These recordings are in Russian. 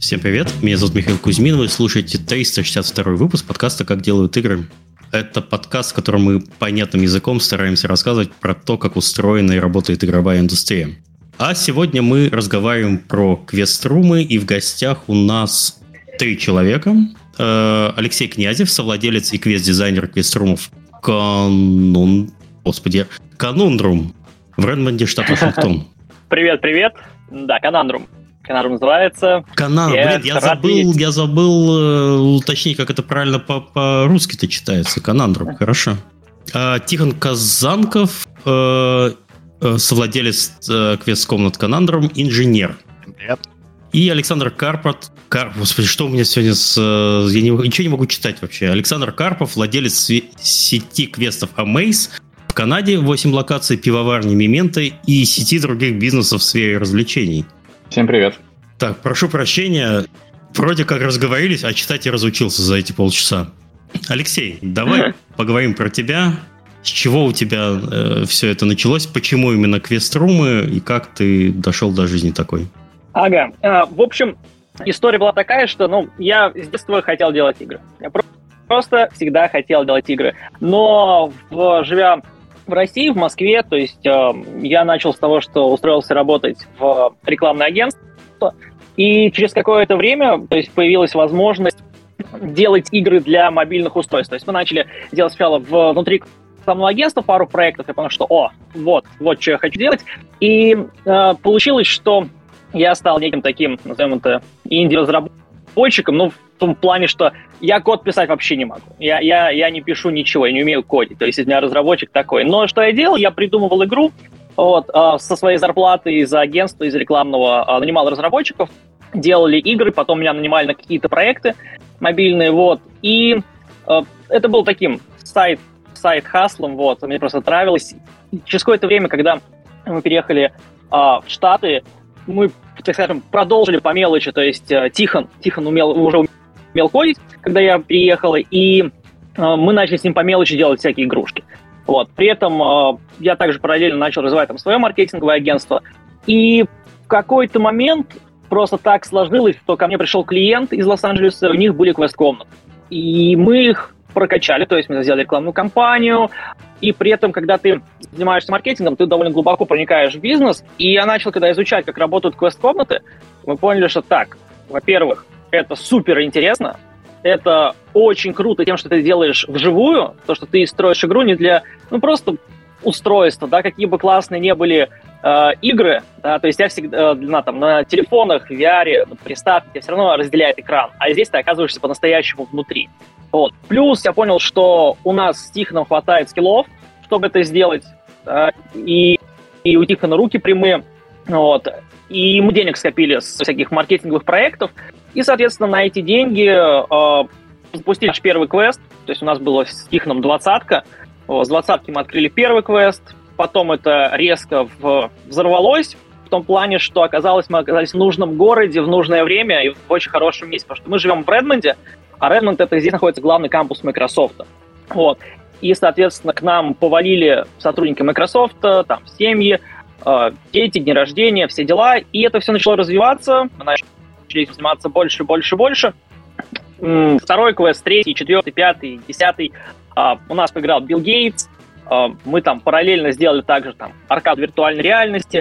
Всем привет, меня зовут Михаил Кузьмин, вы слушаете 362 выпуск подкаста «Как делают игры». Это подкаст, в котором мы понятным языком стараемся рассказывать про то, как устроена и работает игровая индустрия. А сегодня мы разговариваем про квест-румы, и в гостях у нас 3 человека. Алексей Князев, совладелец и квест-дизайнер квест-румов Conundrum в Редмонде, штат Вашингтон. Привет. Да, Conundrum. Conundrum называется. Я забыл уточнить, как это правильно по-русски-то читается. Conundrum, хорошо. Тихон Казанков, совладелец квест-комнат Conundrum, инженер. Привет. И Александр Карпов. Господи, что у меня сегодня Я ничего не могу читать вообще. Александр Карпов, владелец сети квестов Amaze в Канаде, 8 локаций, пивоварни Мементо и сети других бизнесов в сфере развлечений. Всем привет. Так, прошу прощения. Вроде как разговорились, а читать я разучился за эти полчаса. Алексей, давай поговорим про тебя. С чего у тебя все это началось? Почему именно квест-румы? И как ты дошел до жизни такой? Ага. В общем, история была такая, что я с детства хотел делать игры. Я просто всегда хотел делать игры. Но живя в России, в Москве, то есть я начал с того, что устроился работать в рекламное агентство, и через какое-то время, то есть, появилась возможность делать игры для мобильных устройств. То есть мы начали делать сначала внутри рекламного агентства пару проектов, я понял, что вот что я хочу делать, и получилось, что я стал неким таким, назовем это, инди-разработчиком, в том плане, что я код писать вообще не могу. Я не пишу ничего, я не умею кодить. То есть из меня разработчик такой. Но что я делал? Я придумывал игру со своей зарплаты из агентства, из рекламного, нанимал разработчиков, делали игры, потом меня нанимали на какие-то проекты мобильные, И это был таким сайт-хаслом, мне просто нравилось. И через какое-то время, когда мы переехали в Штаты, мы, так скажем, продолжили по мелочи, то есть Тихон уже умел кодить, когда я приехал, и мы начали с ним по мелочи делать всякие игрушки. При этом я также параллельно начал развивать свое маркетинговое агентство, и в какой-то момент просто так сложилось, что ко мне пришел клиент из Лос-Анджелеса, у них были квест-комнаты, и мы их прокачали, то есть мы сделали рекламную кампанию, и при этом, когда ты занимаешься маркетингом, ты довольно глубоко проникаешь в бизнес, и я начал, когда изучать, как работают квест-комнаты, мы поняли, что так, во-первых, это супер интересно, это очень круто тем, что ты делаешь вживую, то, что ты строишь игру не для, просто устройства, какие бы классные не были игры, то есть я всегда на телефонах, в VR, на приставке тебя все равно разделяет экран, а здесь ты оказываешься по-настоящему внутри. Плюс я понял, что у нас с Тихоном хватает скиллов, чтобы это сделать, и у Тихона руки прямые, и мы денег скопили с всяких маркетинговых проектов, и, соответственно, на эти деньги запустили наш первый квест, то есть у нас было с Тихоном 20-ка, с 20-ки мы открыли первый квест, потом это резко взорвалось, в том плане, что мы оказались в нужном городе, в нужное время и в очень хорошем месте, потому что мы живем в Редмонде, а Редмонд — это здесь находится главный кампус Microsoft. И, соответственно, к нам повалили сотрудники Microsoft, семьи, дети, дни рождения, все дела, и это все начало развиваться, мы начали заниматься больше. Второй квест, 3, 4, 5, 10. У нас поиграл Билл Гейтс, мы параллельно сделали также аркаду виртуальной реальности,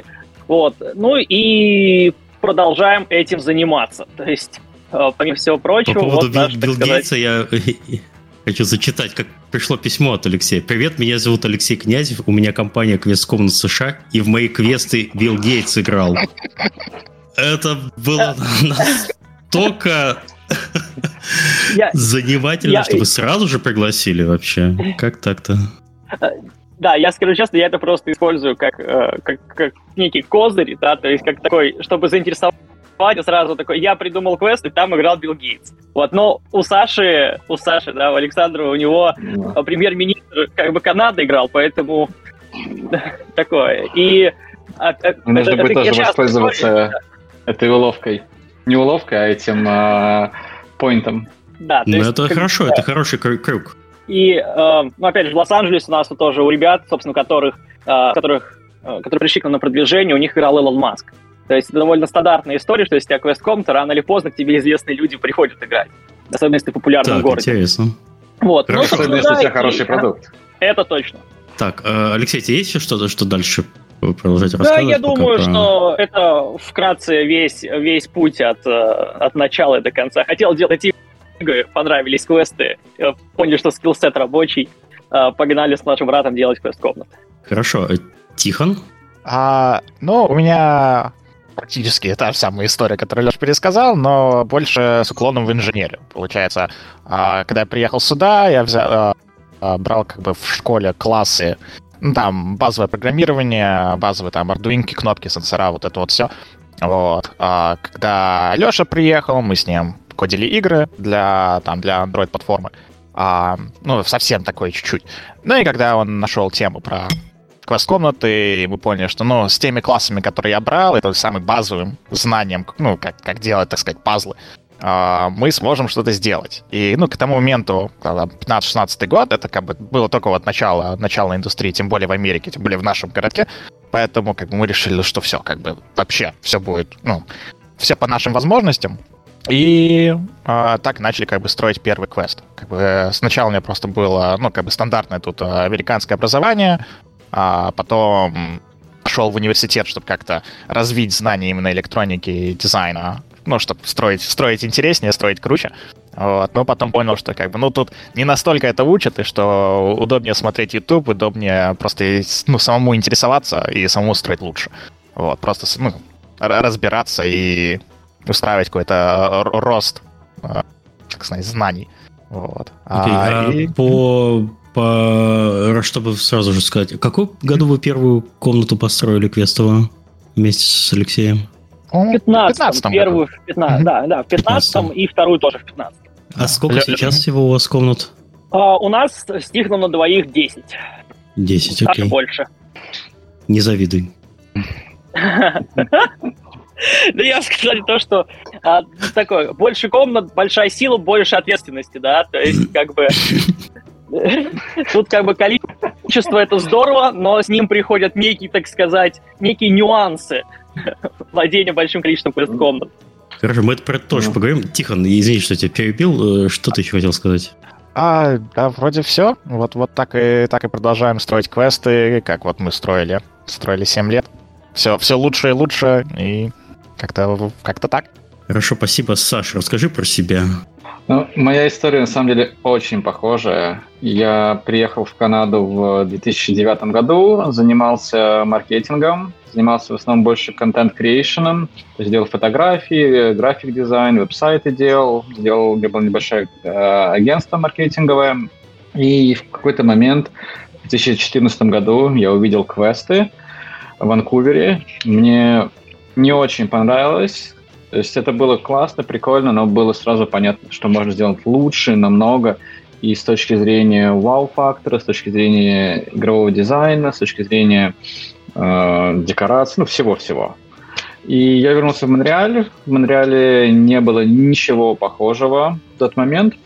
и продолжаем этим заниматься. То есть, помимо всего прочего... По поводу Билл Гейтса я хочу зачитать, как пришло письмо от Алексея. «Привет, меня зовут Алексей Князев, у меня компания Квест-комнат США, и в мои квесты Билл Гейтс играл». Это было настолько занимательно, что вы сразу же пригласили вообще. Как так-то? Да, я скажу честно, я это просто использую как некий козырь, то есть как такой, чтобы заинтересовать, сразу такой, я придумал квест, и там играл Билл Гейтс. Но у Саши, у Александра, у него премьер-министр Канады играл, поэтому такое. И нужно будет тоже воспользоваться этой уловкой. Не уловкой, а этим поинтом. Да, это хорошо, это хороший крюк. И, опять же, в Лос-Анджелесе у нас тоже у ребят, собственно, которые пришли к нам на продвижение, у них играл Илон Маск. То есть это довольно стандартная история, что если у тебя квест-комната, рано или поздно к тебе известные люди приходят играть. Особенно если ты в популярном городе. Интересно. Вот. Особенно если у тебя хороший продукт. Это точно. Так, Алексей, тебе есть еще что-то, что дальше продолжать рассказывать? Да, я думаю, что это вкратце весь путь от начала до конца. Хотел делать игры, понравились квесты, поняли, что скиллсет рабочий, погнали с нашим братом делать квест-комнаты. Хорошо. Тихон? У меня практически та же самая история, которую Леша пересказал, но больше с уклоном в инженерию. Получается, когда я приехал сюда, я брал как бы в школе классы, там базовое программирование, базовые там ардуинки, кнопки, сенсора, вот это вот все. Вот. Когда Леша приехал, мы с ним кодили игры для Android-платформы. Совсем такой чуть-чуть. Ну и когда он нашел тему про квест-комнаты, мы поняли, что с теми классами, которые я брал, это самым базовым знанием, как делать, так сказать, пазлы, мы сможем что-то сделать. И, к тому моменту, 15-16 год, это как бы было только вот начало индустрии, тем более в Америке, тем более в нашем городке, поэтому как бы мы решили, что все, как бы вообще все будет, все по нашим возможностям. И так начали как бы строить первый квест. Как бы сначала у меня просто было, стандартное тут американское образование, а потом пошел в университет, чтобы как-то развить знания именно электроники и дизайна, чтобы строить интереснее, строить круче. Вот. Но потом понял, что как бы, тут не настолько это учат, и что удобнее смотреть YouTube, удобнее просто самому интересоваться и самому строить лучше. Вот. Просто разбираться и устраивать какой-то рост, так сказать, знаний. Вот. Чтобы сразу же сказать, в каком году вы первую комнату построили квестовую вместе с Алексеем? В 15-м. Первую в 15-м. Да, в 15-м и вторую тоже в 15-м. А сколько сейчас всего у вас комнат? У нас с Тихоном на двоих 10. 10, окей. Даже больше. Не завидуй. Да я сказал то, что такое, больше комнат, большая сила, больше ответственности, да, то есть как бы тут как бы количество это здорово, но с ним приходят некие, так сказать, некие нюансы владения большим количеством квест-комнат. Хорошо, мы про это тоже поговорим. Тихон, извини, что я тебя перебил, что ты еще хотел сказать? Да, вроде все. Вот так и продолжаем строить квесты, как вот мы строили 7 лет. Все лучше и лучше, и как-то так. Хорошо, спасибо. Саша, расскажи про себя. Моя история, на самом деле, очень похожая. Я приехал в Канаду в 2009 году, занимался маркетингом, занимался в основном больше контент-креейшеном, то есть делал фотографии, график-дизайн, веб-сайты делал, где было небольшое агентство маркетинговое. И в какой-то момент, в 2014 году, я увидел квесты в Ванкувере. Мне не очень понравилось. То есть это было классно, прикольно, но было сразу понятно, что можно сделать лучше, намного. И с точки зрения вау-фактора, с точки зрения игрового дизайна, с точки зрения декораций, всего-всего. И я вернулся в Монреаль. В Монреале не было ничего похожего в тот момент.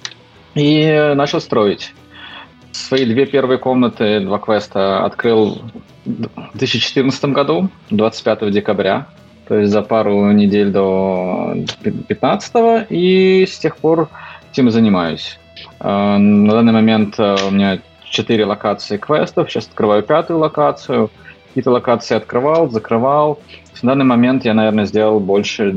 И начал строить. Свои 2 первые комнаты, 2 квеста открыл в 2014 году, 25 декабря. То есть за пару недель до 15-го, и с тех пор этим и занимаюсь. На данный момент у меня 4 локации квестов, сейчас открываю 5-ю локацию. Какие-то локации открывал, закрывал. На данный момент я, наверное, сделал больше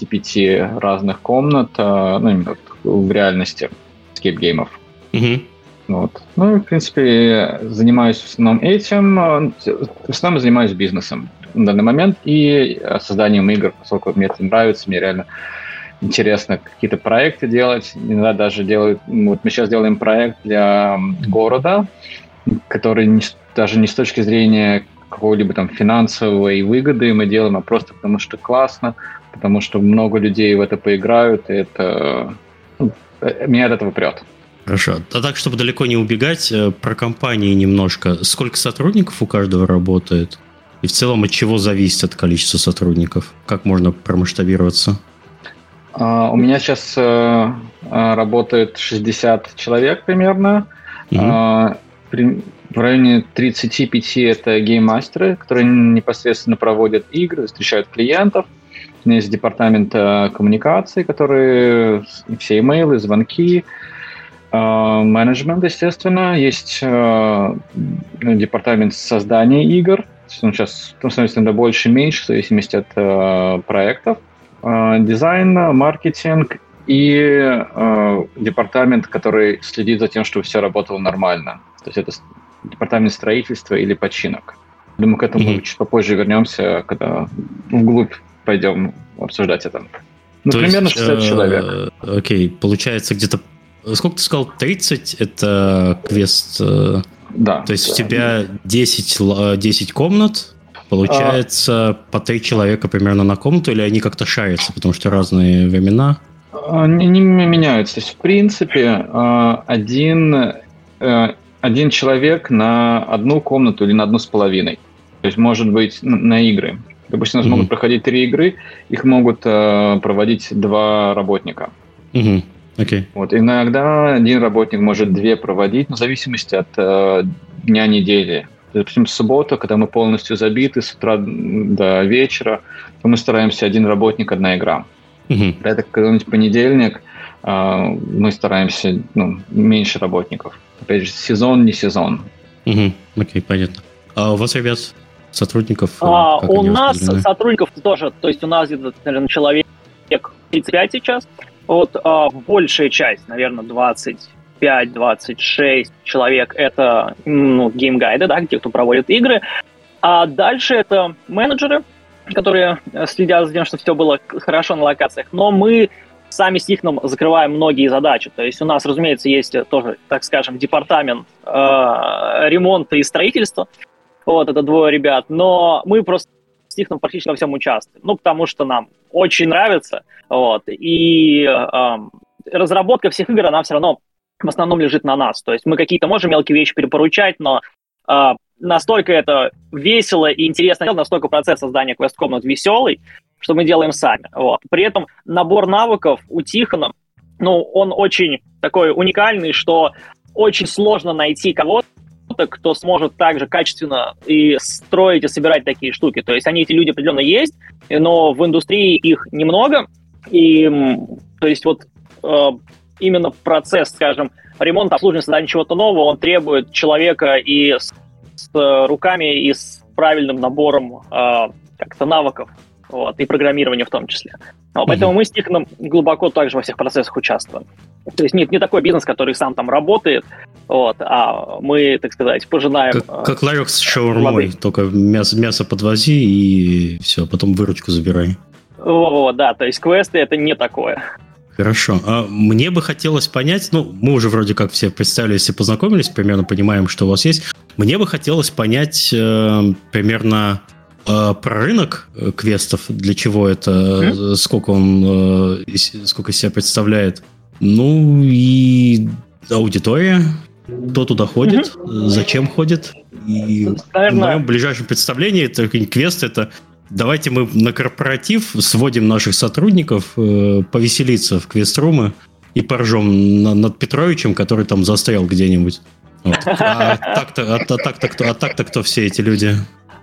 25 разных комнат, именно в реальности эскейп-геймов. Mm-hmm. Вот. В принципе, занимаюсь в основном этим. В основном занимаюсь бизнесом на данный момент и созданием игр, поскольку мне это нравится, мне реально интересно какие-то проекты делать. Иногда даже мы сейчас делаем проект для города, который даже не с точки зрения какого-либо там финансовой выгоды мы делаем, а просто потому что классно, потому что много людей в это поиграют, и это меня от этого прет. Хорошо. А так, чтобы далеко не убегать, про компании немножко. Сколько сотрудников у каждого работает? И в целом от чего зависит от количества сотрудников? Как можно промасштабироваться? У меня сейчас работает 60 человек примерно. В районе 35 это гейммастеры, которые непосредственно проводят игры, встречают клиентов. У меня есть департамент коммуникаций, которые все имейлы, звонки, менеджмент, естественно. Есть департамент создания игр. Он сейчас становится иногда больше и меньше, в зависимости от проектов. Дизайн, маркетинг и департамент, который следит за тем, чтобы все работало нормально. То есть это департамент строительства или починок. Думаю, к этому чуть попозже вернемся, когда вглубь пойдем обсуждать это. Ну, примерно 60 человек. Окей, получается где-то... Сколько ты сказал? 30? Это квест... Да. То есть у тебя 10 комнат, получается по 3 человека примерно на комнату, или они как-то шарятся, потому что разные времена? Не меняются. То есть, в принципе, один человек на одну комнату или на 1,5. То есть, может быть, на игры. Допустим, у нас могут проходить 3 игры, их могут проводить 2 работника. Okay. Вот. Иногда один работник может 2 проводить, но в зависимости от дня недели. Допустим, в субботу, когда мы полностью забиты с утра до вечера, то мы стараемся 1 работник, 1 игра. Это какой-нибудь понедельник, мы стараемся меньше работников. Опять же, сезон, не сезон. Окей, понятно. А у вас, ребят, сотрудников? У нас сотрудников тоже, то есть у нас где-то, наверное, человек 35 сейчас. Вот большая часть, наверное, 25-26 человек, это геймгайды, да, те, кто проводит игры. А дальше это менеджеры, которые следят за тем, чтобы все было хорошо на локациях. Но мы сами с них закрываем многие задачи. То есть у нас, разумеется, есть тоже, так скажем, департамент ремонта и строительства. Вот, это 2 ребят. Но мы просто с них практически во всем участвуем. Потому что нам очень нравится. Вот, и разработка всех игр, она все равно в основном лежит на нас. То есть мы какие-то можем мелкие вещи перепоручать, но настолько это весело и интересно делать, настолько процесс создания квест-комнат веселый, что мы делаем сами. Вот. При этом набор навыков у Тихона, он очень такой уникальный, что очень сложно найти кого-то, кто сможет также качественно и строить, и собирать такие штуки. То есть эти люди определенно есть, но в индустрии их немного. И, то есть, именно процесс, скажем, ремонта, обслуживания, создания чего-то нового, он требует человека и с руками, и с правильным набором как-то навыков, вот, и программирования в том числе. Поэтому мы с Тихоном глубоко также во всех процессах участвуем. То есть не такой бизнес, который сам там работает, вот, а мы, так сказать, пожинаем... Как ларек с шаурмой, только мясо подвози и все, потом выручку забирай. Да, то есть квесты это не такое. Хорошо. Мне бы хотелось понять, мы уже вроде как все представились и познакомились, примерно понимаем, что у вас есть. Мне бы хотелось понять примерно про рынок квестов, для чего это, сколько из себя представляет. И аудитория, кто туда ходит, зачем ходит. И в моем ближайшем представлении это квест, это давайте мы на корпоратив сводим наших сотрудников повеселиться в квест-румы и поржем над Петровичем, который там застрял где-нибудь. Вот. А так-то кто все эти люди?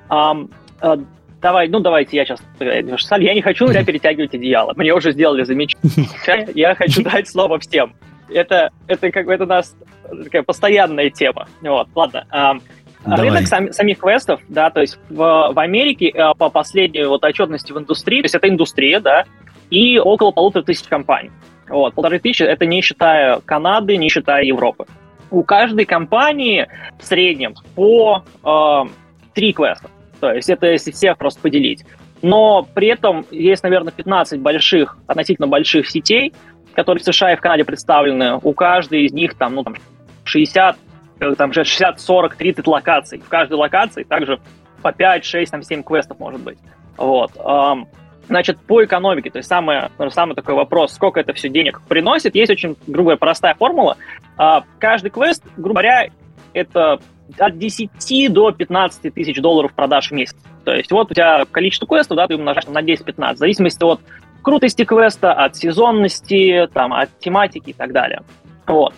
Давайте я сейчас... Я не хочу перетягивать одеяло. Мне уже сделали замечание. Я хочу дать слово всем. Это у нас такая постоянная тема. Вот, ладно. Рынок самих квестов, да, то есть в Америке по последней отчетности в индустрии, то есть это индустрия, да, и около 1500 компаний. 1500 это не считая Канады, не считая Европы. У каждой компании в среднем по 3 квеста. То есть это если всех просто поделить. Но при этом есть, наверное, 15 относительно больших сетей, которые в США и в Канаде представлены. У каждой из них 60, 40, 30 локаций. В каждой локации также по 5, 6, 7 квестов может быть. Вот. Значит, по экономике, то есть самый такой вопрос, сколько это все денег приносит, есть очень, грубо говоря, простая формула. Каждый квест, грубо говоря, это от 10 до 15 тысяч долларов продаж в месяц. То есть у тебя количество квестов, да, ты умножаешь на 10-15, в зависимости от крутости квеста, от сезонности, от тематики и так далее. Вот.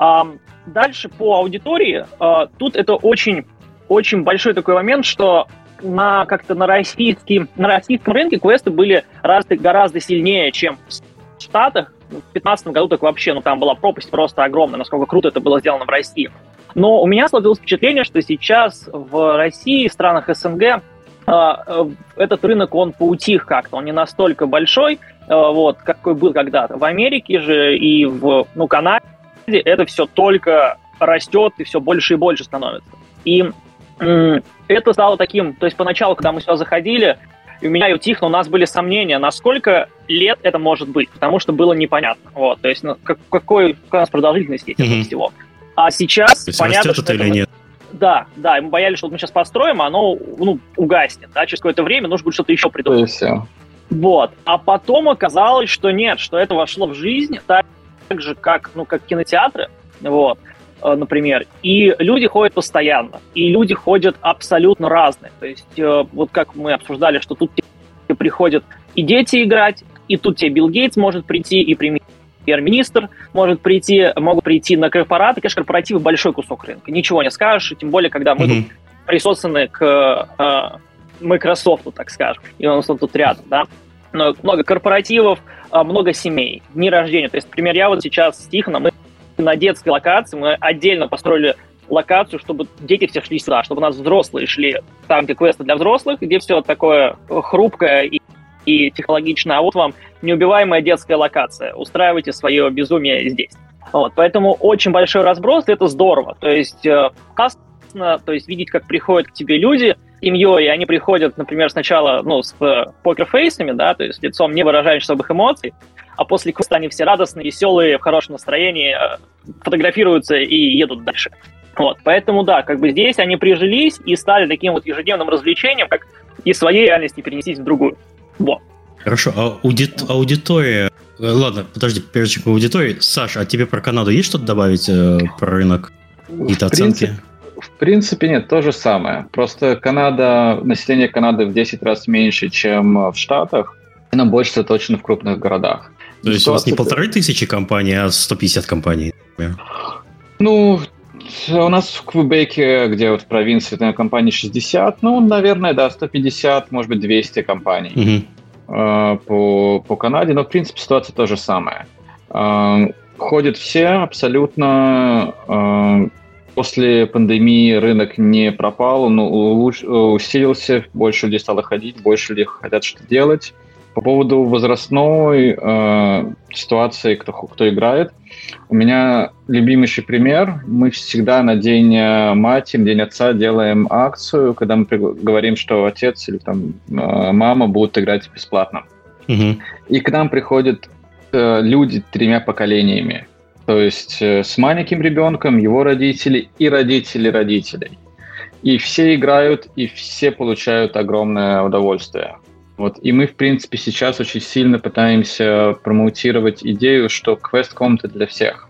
Дальше по аудитории, тут это очень, очень большой такой момент, что как-то на российском рынке квесты были гораздо сильнее, чем в Штатах. В 2015 году так вообще, там была пропасть просто огромная, насколько круто это было сделано в России. Но у меня сложилось впечатление, что сейчас в России, в странах СНГ, этот рынок, он поутих как-то, он не настолько большой, какой был когда-то. В Америке же и в Канаде это все только растет и все больше и больше становится. И это стало таким, то есть поначалу, когда мы сюда заходили, и у меня и утихло, у нас были сомнения, насколько лет это может быть, потому что было непонятно. То есть какой у нас продолжительность есть этого всего. А сейчас понятно, что это или нет. Да, и мы боялись, что мы сейчас построим, а оно угаснет, да, через какое-то время нужно будет что-то еще придумать. А потом оказалось, что нет, что это вошло в жизнь так же, как кинотеатры, например, и люди ходят постоянно, и люди ходят абсолютно разные. То есть, как мы обсуждали, что тут тебе приходят и дети играть, и тут тебе Билл Гейтс может прийти, и премьер-министр могут прийти на корпораты. Конечно, корпоративы большой кусок рынка, ничего не скажешь, тем более, когда мы тут присосаны к Microsoft, так скажем, и у нас тут рядом, да. Много корпоративов, много семей, дни рождения. То есть, например, я сейчас с Тихоном, мы на детской локации, мы отдельно построили локацию, чтобы дети все шли сюда, чтобы у нас взрослые шли там, где квесты для взрослых, где все такое хрупкое и технологичное, а вот вам неубиваемая детская локация. Устраивайте свое безумие здесь. Поэтому очень большой разброс, и это здорово. То есть классно, видеть, как приходят к тебе люди семьей, и они приходят, например, сначала с покерфейсами, да, то есть лицом не выражающим особых эмоций, а после квеста они все радостные, веселые, в хорошем настроении, фотографируются и едут дальше. Поэтому, да, здесь они прижились и стали таким ежедневным развлечением, как из своей реальности перенестись в другую. Хорошо, а аудитория... Ладно, подожди, прежде чем к аудитории. Саша, а тебе про Канаду есть что-то добавить про рынок? Какие-то оценки? В принципе, нет, то же самое. Просто население Канады в 10 раз меньше, чем в Штатах, и оно больше сосредоточено в крупных городах. То есть у вас не 1500 компаний, а 150 компаний, например? У нас в Квебеке, где в провинции, компаний 60, наверное, да, 150, может быть, 200 компаний по Канаде, но, в принципе, ситуация то же самое. Ходят все абсолютно. После пандемии рынок не пропал, он усилился, больше людей стало ходить, больше людей хотят что делать. По поводу возрастной ситуации, кто играет, у меня любимейший пример. Мы всегда на День матери, День отца делаем акцию, когда мы говорим, что отец или мама будут играть бесплатно. И к нам приходят люди 3 поколениями. То есть с маленьким ребенком, его родители и родители родителей. И все играют, и все получают огромное удовольствие. И мы, в принципе, сейчас очень сильно пытаемся промоутировать идею, что квест-комнаты для всех.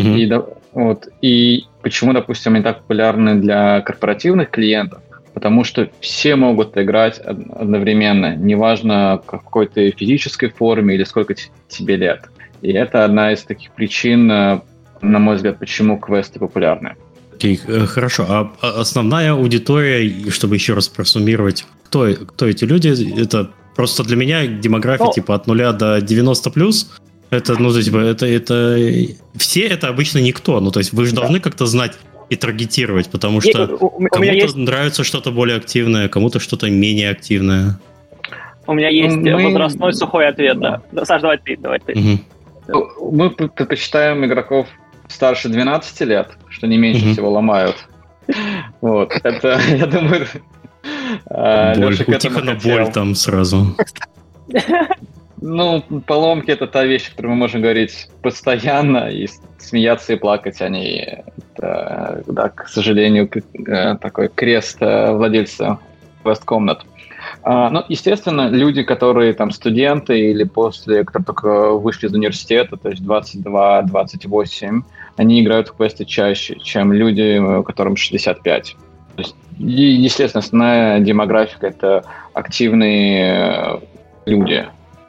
И почему, допустим, они так популярны для корпоративных клиентов? Потому что все могут играть одновременно, неважно, в какой ты физической форме или сколько тебе лет. И это одна из таких причин, на мой взгляд, почему квесты популярны. Окей, хорошо. А основная аудитория, чтобы еще раз просуммировать, кто эти люди? Это просто для меня демография от 0 до 90+. Это, это все это обычно никто. То есть вы же должны как-то знать и таргетировать, потому что кому-то нравится что-то более активное, кому-то что-то менее активное. У меня есть возрастной сухой ответ, да. Саш, давай ты. Мы предпочитаем игроков старше 12 лет, что не меньше всего ломают. Это, я думаю... Боль, у Тихона боль там сразу. Поломки — это та вещь, о которой мы можем говорить постоянно, и смеяться и плакать, это, да, к сожалению, такой крест владельца квест-комнат. Естественно, люди, которые студенты или которые только вышли из университета, то есть 22-28, они играют в квесты чаще, чем люди, которым 65. То есть, естественно, основная демографика — это активные люди.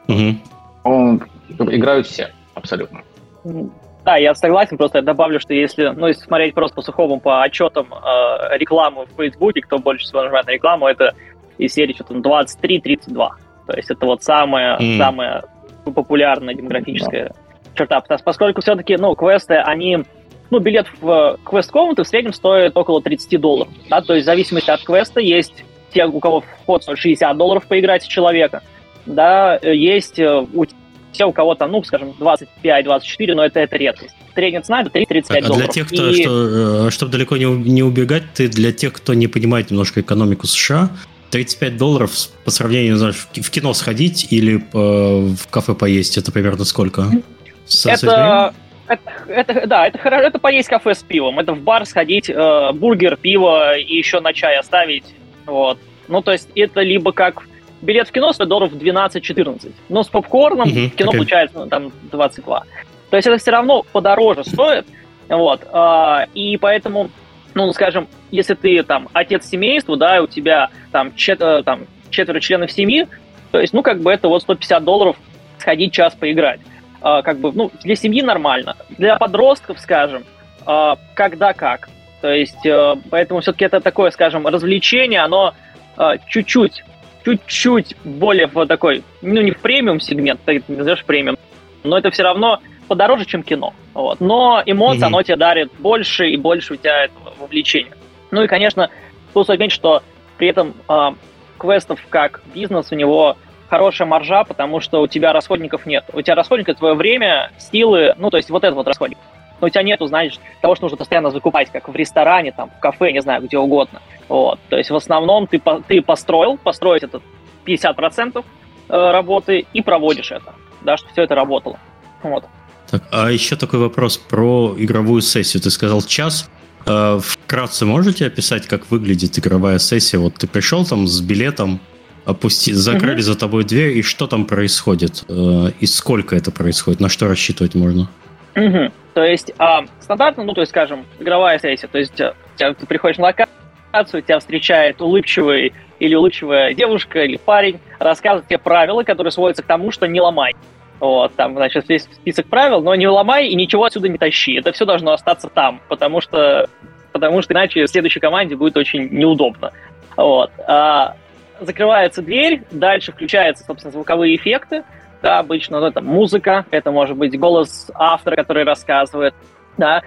Играют все, абсолютно. Да, я согласен, просто я добавлю, что если смотреть просто по сухому, по отчетам рекламы в Фейсбуке, кто больше всего нажимает на рекламу, это из серии что-то 23-32. То есть это вот самая популярная демографическая черта. Поскольку все-таки, квесты, они... билет в квест-комнаты в среднем стоит около $30. Да? То есть в зависимости от квеста есть те, у кого вход стоит $60 поиграть с человека. Да, есть те, у кого там, скажем, 25-24, но это редкость. Средняя цена это $30-35. А для тех, кто, чтобы далеко не убегать, для тех, кто не понимает немножко экономику США, $35 по сравнению, знаешь, в кино сходить или в кафе поесть, это примерно сколько? Это поесть кафе с пивом. Это в бар сходить, бургер, пиво и еще на чай оставить. Вот. То есть это либо как билет в кино стоит $12-14. Но с попкорном в кино получается там 22. То есть это все равно подороже стоит. Вот. И поэтому, скажем, если ты там отец семейства, да, и у тебя там четверо членов семьи, то есть, это вот $150 сходить час поиграть. Для семьи нормально. Для подростков, скажем, когда как. То есть, поэтому все-таки это такое, скажем, развлечение, оно чуть-чуть более в такой, не в премиум сегмент, ты не назовешь премиум, но это все равно подороже, чем кино. Вот. Но эмоции оно тебе дарит больше и больше у тебя этого вовлечения. И, конечно, тут стоит отметить, что при этом квестов как бизнес у него хорошая маржа, потому что у тебя расходников нет. У тебя расходник — это твое время, силы, то есть вот это вот расходник. Но у тебя нету, знаешь, того, что нужно постоянно закупать, как в ресторане, там, в кафе, не знаю, где угодно. Вот. То есть в основном ты построить это 50% работы и проводишь это, да, чтобы все это работало. Вот. Так, а еще такой вопрос про игровую сессию. Ты сказал час. Вкратце можете описать, как выглядит игровая сессия? Вот ты пришел там с билетом, закрыли за тобой дверь, и что там происходит? И сколько это происходит? На что рассчитывать можно? То есть стандартно, скажем, игровая сессия, то есть ты приходишь на локацию, тебя встречает улыбчивая девушка или парень, рассказывает тебе правила, которые сводятся к тому, что не ломай. Вот, там, значит, есть список правил, но не ломай и ничего отсюда не тащи. Это все должно остаться там, потому что иначе в следующей команде будет очень неудобно. Вот. Закрывается дверь, дальше включаются, собственно, звуковые эффекты. Да, обычно это музыка, это может быть голос автора, который рассказывает, да,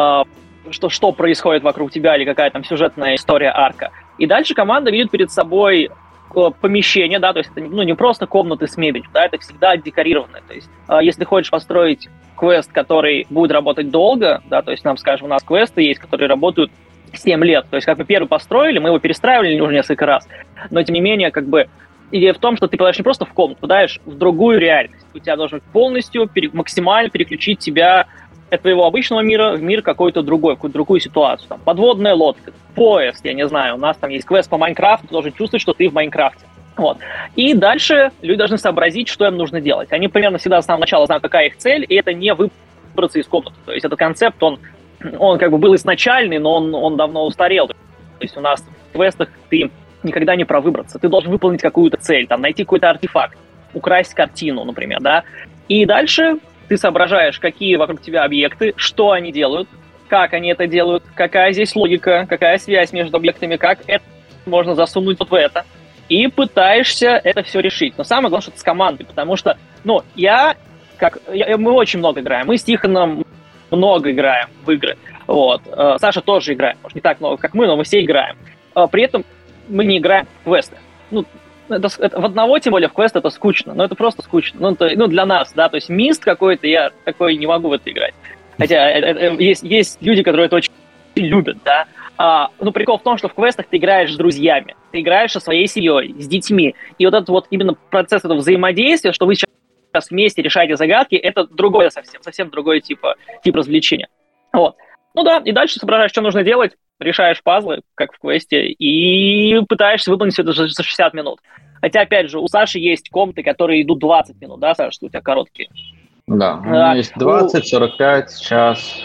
что происходит вокруг тебя, или какая там сюжетная история, арка. И дальше команда видит перед собой помещение, да, то есть это не просто комнаты с мебелью, да, это всегда декорированное. То есть если ты хочешь построить квест, который будет работать долго, да, то есть нам, скажем, у нас квесты есть, которые работают 7 лет, то есть как мы первый построили, мы его перестраивали уже несколько раз, но тем не менее, идея в том, что ты попадаешь не просто в комнату, попадаешь в другую реальность. У тебя должен полностью, максимально переключить тебя от твоего обычного мира в мир какой-то другую ситуацию. Там, подводная лодка, поезд, я не знаю, у нас там есть квест по Майнкрафту, ты должен чувствовать, что ты в Майнкрафте. Вот. И дальше люди должны сообразить, что им нужно делать. Они примерно всегда с самого начала знают, какая их цель, и это не выбраться из комнаты. То есть этот концепт, он был изначальный, но он давно устарел. То есть у нас в квестах ты никогда не про выбраться. Ты должен выполнить какую-то цель, там, найти какой-то артефакт, украсть картину, например, да. И дальше ты соображаешь, какие вокруг тебя объекты, что они делают, как они это делают, какая здесь логика, какая связь между объектами, как это можно засунуть вот в это. И пытаешься это все решить. Но самое главное, что это с командой, потому что, мы очень много играем. Мы с Тихоном много играем в игры. Вот. Саша тоже играет. Может, не так много, как мы, но мы все играем. При этом мы не играем в квесты. В одного, тем более, в квест это скучно. Но это просто скучно. Для нас, да. То есть мист какой-то, я такой не могу в это играть. Хотя есть люди, которые это очень любят, да. Прикол в том, что в квестах ты играешь с друзьями. Ты играешь со своей семьей, с детьми. И вот этот вот именно процесс этого взаимодействия, что вы сейчас вместе решаете загадки, это другое совсем другой тип развлечения. Вот. И дальше соображаешь, что нужно делать, решаешь пазлы, как в квесте, и пытаешься выполнить все это за 60 минут. Хотя, опять же, у Саши есть комнаты, которые идут 20 минут, да, Саша, что у тебя короткие? Да, у меня есть 20, 45, час.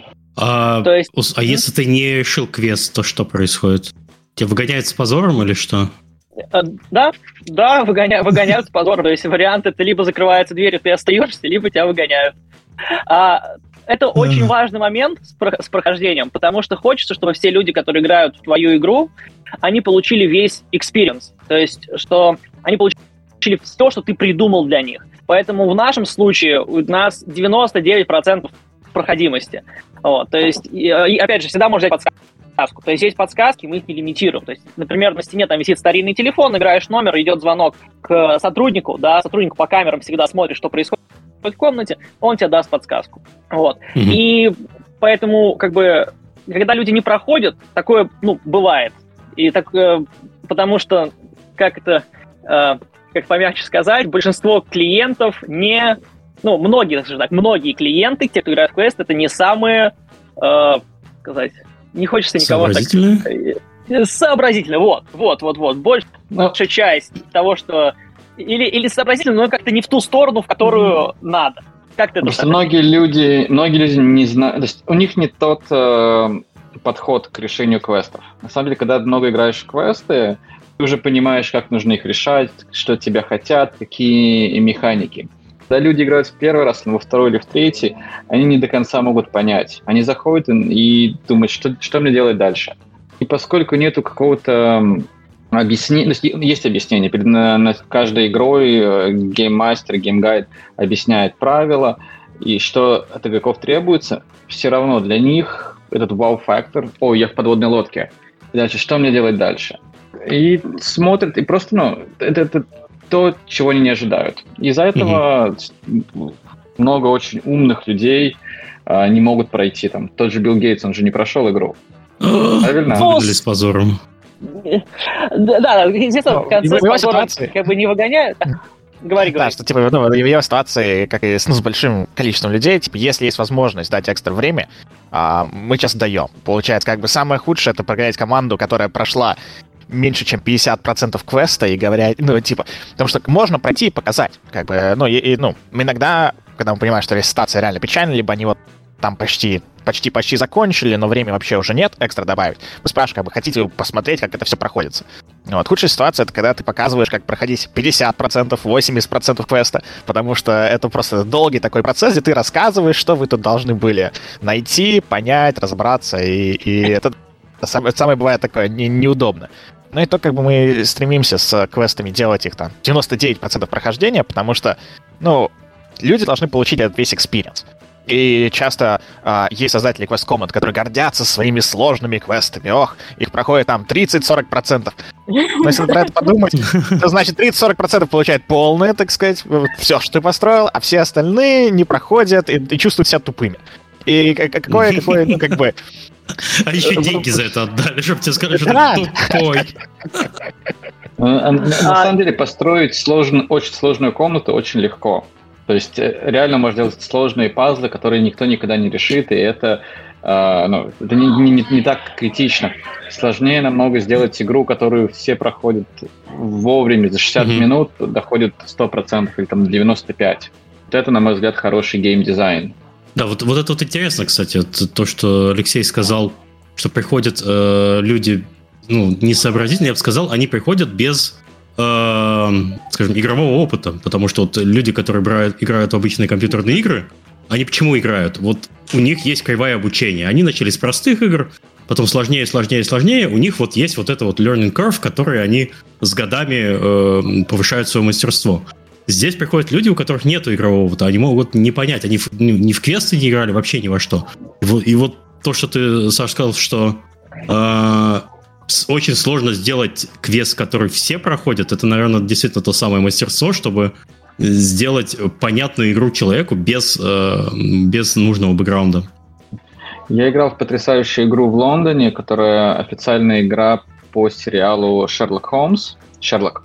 Если ты не решил квест, то что происходит? Тебя выгоняют с позором или что? Да, выгоняют с позором. То есть вариант — это либо закрывается дверь, и ты остаешься, либо тебя выгоняют. Это очень важный момент с прохождением, потому что хочется, чтобы все люди, которые играют в твою игру, они получили весь experience, то есть, что они получили все, что ты придумал для них. Поэтому в нашем случае у нас 99% проходимости. Вот, то есть, и опять же, всегда можно взять подсказку. То есть, есть подсказки, мы их не лимитируем. То есть, например, на стене там висит старинный телефон, играешь номер, идет звонок к сотруднику, да, сотрудник по камерам всегда смотрит, что происходит в комнате, он тебе даст подсказку. Вот. И поэтому, как бы, когда люди не проходят, такое, бывает. И так, потому что, как помягче сказать, большинство клиентов многие клиенты, те, кто играет в квест, это не самые, не хочется никого сообразительные? Сообразительные, вот. Большая часть того, что... Или сообразительные, но как-то не в ту сторону, в которую надо. Как ты это Просто многие люди не знают... То есть у них не тот подход к решению квестов. На самом деле, когда много играешь в квесты, ты уже понимаешь, как нужно их решать, что от тебя хотят, какие механики. Когда люди играют в первый раз, во второй или в третий, они не до конца могут понять. Они заходят и думают, что мне делать дальше. И поскольку нету какого-то объяснения, то есть объяснение, над каждой игрой гейммастер, геймгайд объясняет правила и что от игроков требуется, все равно для них этот вау-фактор, я в подводной лодке, дальше, что мне делать дальше? И смотрят, и просто, это то, чего они не ожидают. Из-за этого много очень умных людей не могут пройти. Там, тот же Билл Гейтс, он же не прошел игру. Правильно? Выгнали с позором. Да, естественно, в конце позора как бы не выгоняют. Говори. Да, что типа в его ситуации, как и с большим количеством людей, типа, если есть возможность дать экстра время, мы сейчас даем. Получается, как бы самое худшее — это прогонять команду, которая прошла меньше, чем 50% квеста, и говорят, потому что можно пройти и показать, как бы, иногда, когда мы понимаем, что ситуация реально печальная, либо они там почти закончили, но времени вообще уже нет, экстра добавить. Мы спрашиваем, как бы, хотите вы посмотреть, как это все проходится. Худшая ситуация — это когда ты показываешь, как проходить 50%, 80% квеста, потому что это просто долгий такой процесс, где ты рассказываешь, что вы тут должны были найти, понять, разобраться, и это самое бывает такое неудобно. И то, как бы мы стремимся с квестами делать их там 99% прохождения, потому что, люди должны получить этот весь экспириенс. И часто есть создатели квест-команд, которые гордятся своими сложными квестами. Их проходит там 30-40%. Но если про это подумать, то значит 30-40% получают полное, так сказать, все, что ты построил, а все остальные не проходят и чувствуют себя тупыми. И какое, как бы... А еще деньги за это отдали, чтобы тебе сказали, что ты тупой. На самом деле построить очень сложную комнату очень легко. То есть реально можно делать сложные пазлы, которые никто никогда не решит, и это не так критично. Сложнее намного сделать игру, которую все проходят вовремя, за 60 минут доходит 100% или там 95%. Вот это, на мой взгляд, хороший геймдизайн. Да, вот это интересно, кстати, то, что Алексей сказал, что приходят люди, несообразительные, я бы сказал, они приходят без, скажем, игрового опыта, потому что люди, которые играют в обычные компьютерные игры, они почему играют? Вот у них есть кривая обучения. Они начали с простых игр, потом сложнее, у них есть это learning curve, который они с годами повышают свое мастерство. Здесь приходят люди, у которых нет игрового опыта, они могут не понять, они ни в квесты не играли, вообще ни во что. И вот то, что ты, Саш, сказал, что очень сложно сделать квест, который все проходят, это, наверное, действительно то самое мастерство, чтобы сделать понятную игру человеку без нужного бэкграунда. Я играл в потрясающую игру в Лондоне, которая официальная игра по сериалу «Шерлок Холмс». «Шерлок».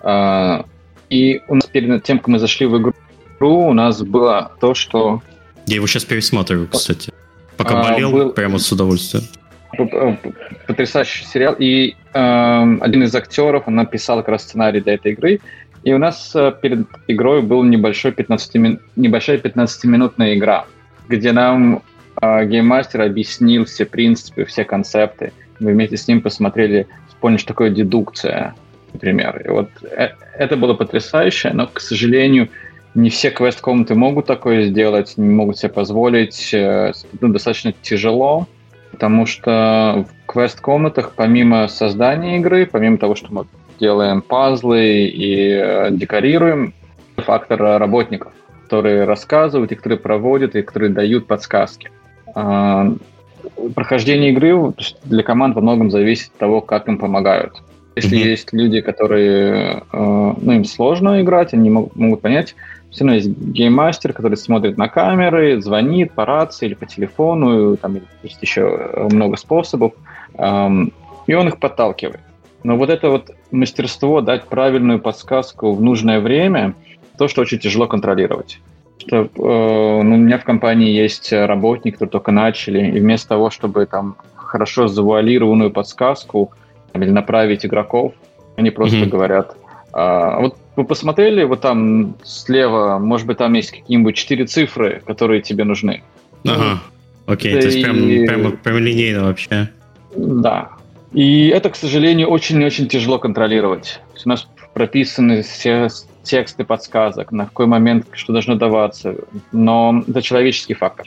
И у нас перед тем, как мы зашли в игру, у нас было то, что... Я его сейчас пересматриваю, кстати. Пока болел, прямо с удовольствием. Потрясающий сериал. И один из актеров, он написал как раз сценарий для этой игры. И у нас перед игрой была небольшая 15-минутная игра, где нам гейммастер объяснил все принципы, все концепты. Мы вместе с ним посмотрели, поняли, что такое дедукция, например. И вот это было потрясающе, но, к сожалению, не все квест-комнаты могут такое сделать, не могут себе позволить. Достаточно тяжело. Потому что в квест-комнатах, помимо создания игры, помимо того, что мы делаем пазлы и декорируем, фактор работников, которые рассказывают, и которые проводят, и которые дают подсказки. Прохождение игры для команд во многом зависит от того, как им помогают. Если есть люди, которые, им сложно играть, они могут понять, все равно есть гейммастер, который смотрит на камеры, звонит по рации или по телефону, там есть еще много способов, и он их подталкивает. Но вот это вот мастерство дать правильную подсказку в нужное время, то, что очень тяжело контролировать. У меня в компании есть работники, которые только начали, и вместо того, чтобы там хорошо завуалированную подсказку или направить игроков, они просто говорят: вот вы посмотрели, вот там слева, может быть, там есть какие-нибудь 4 цифры, которые тебе нужны. Ага, окей, то есть прям линейно вообще. Да. И это, к сожалению, очень-очень тяжело контролировать. У нас прописаны все тексты подсказок, на какой момент что должно даваться, но это человеческий фактор.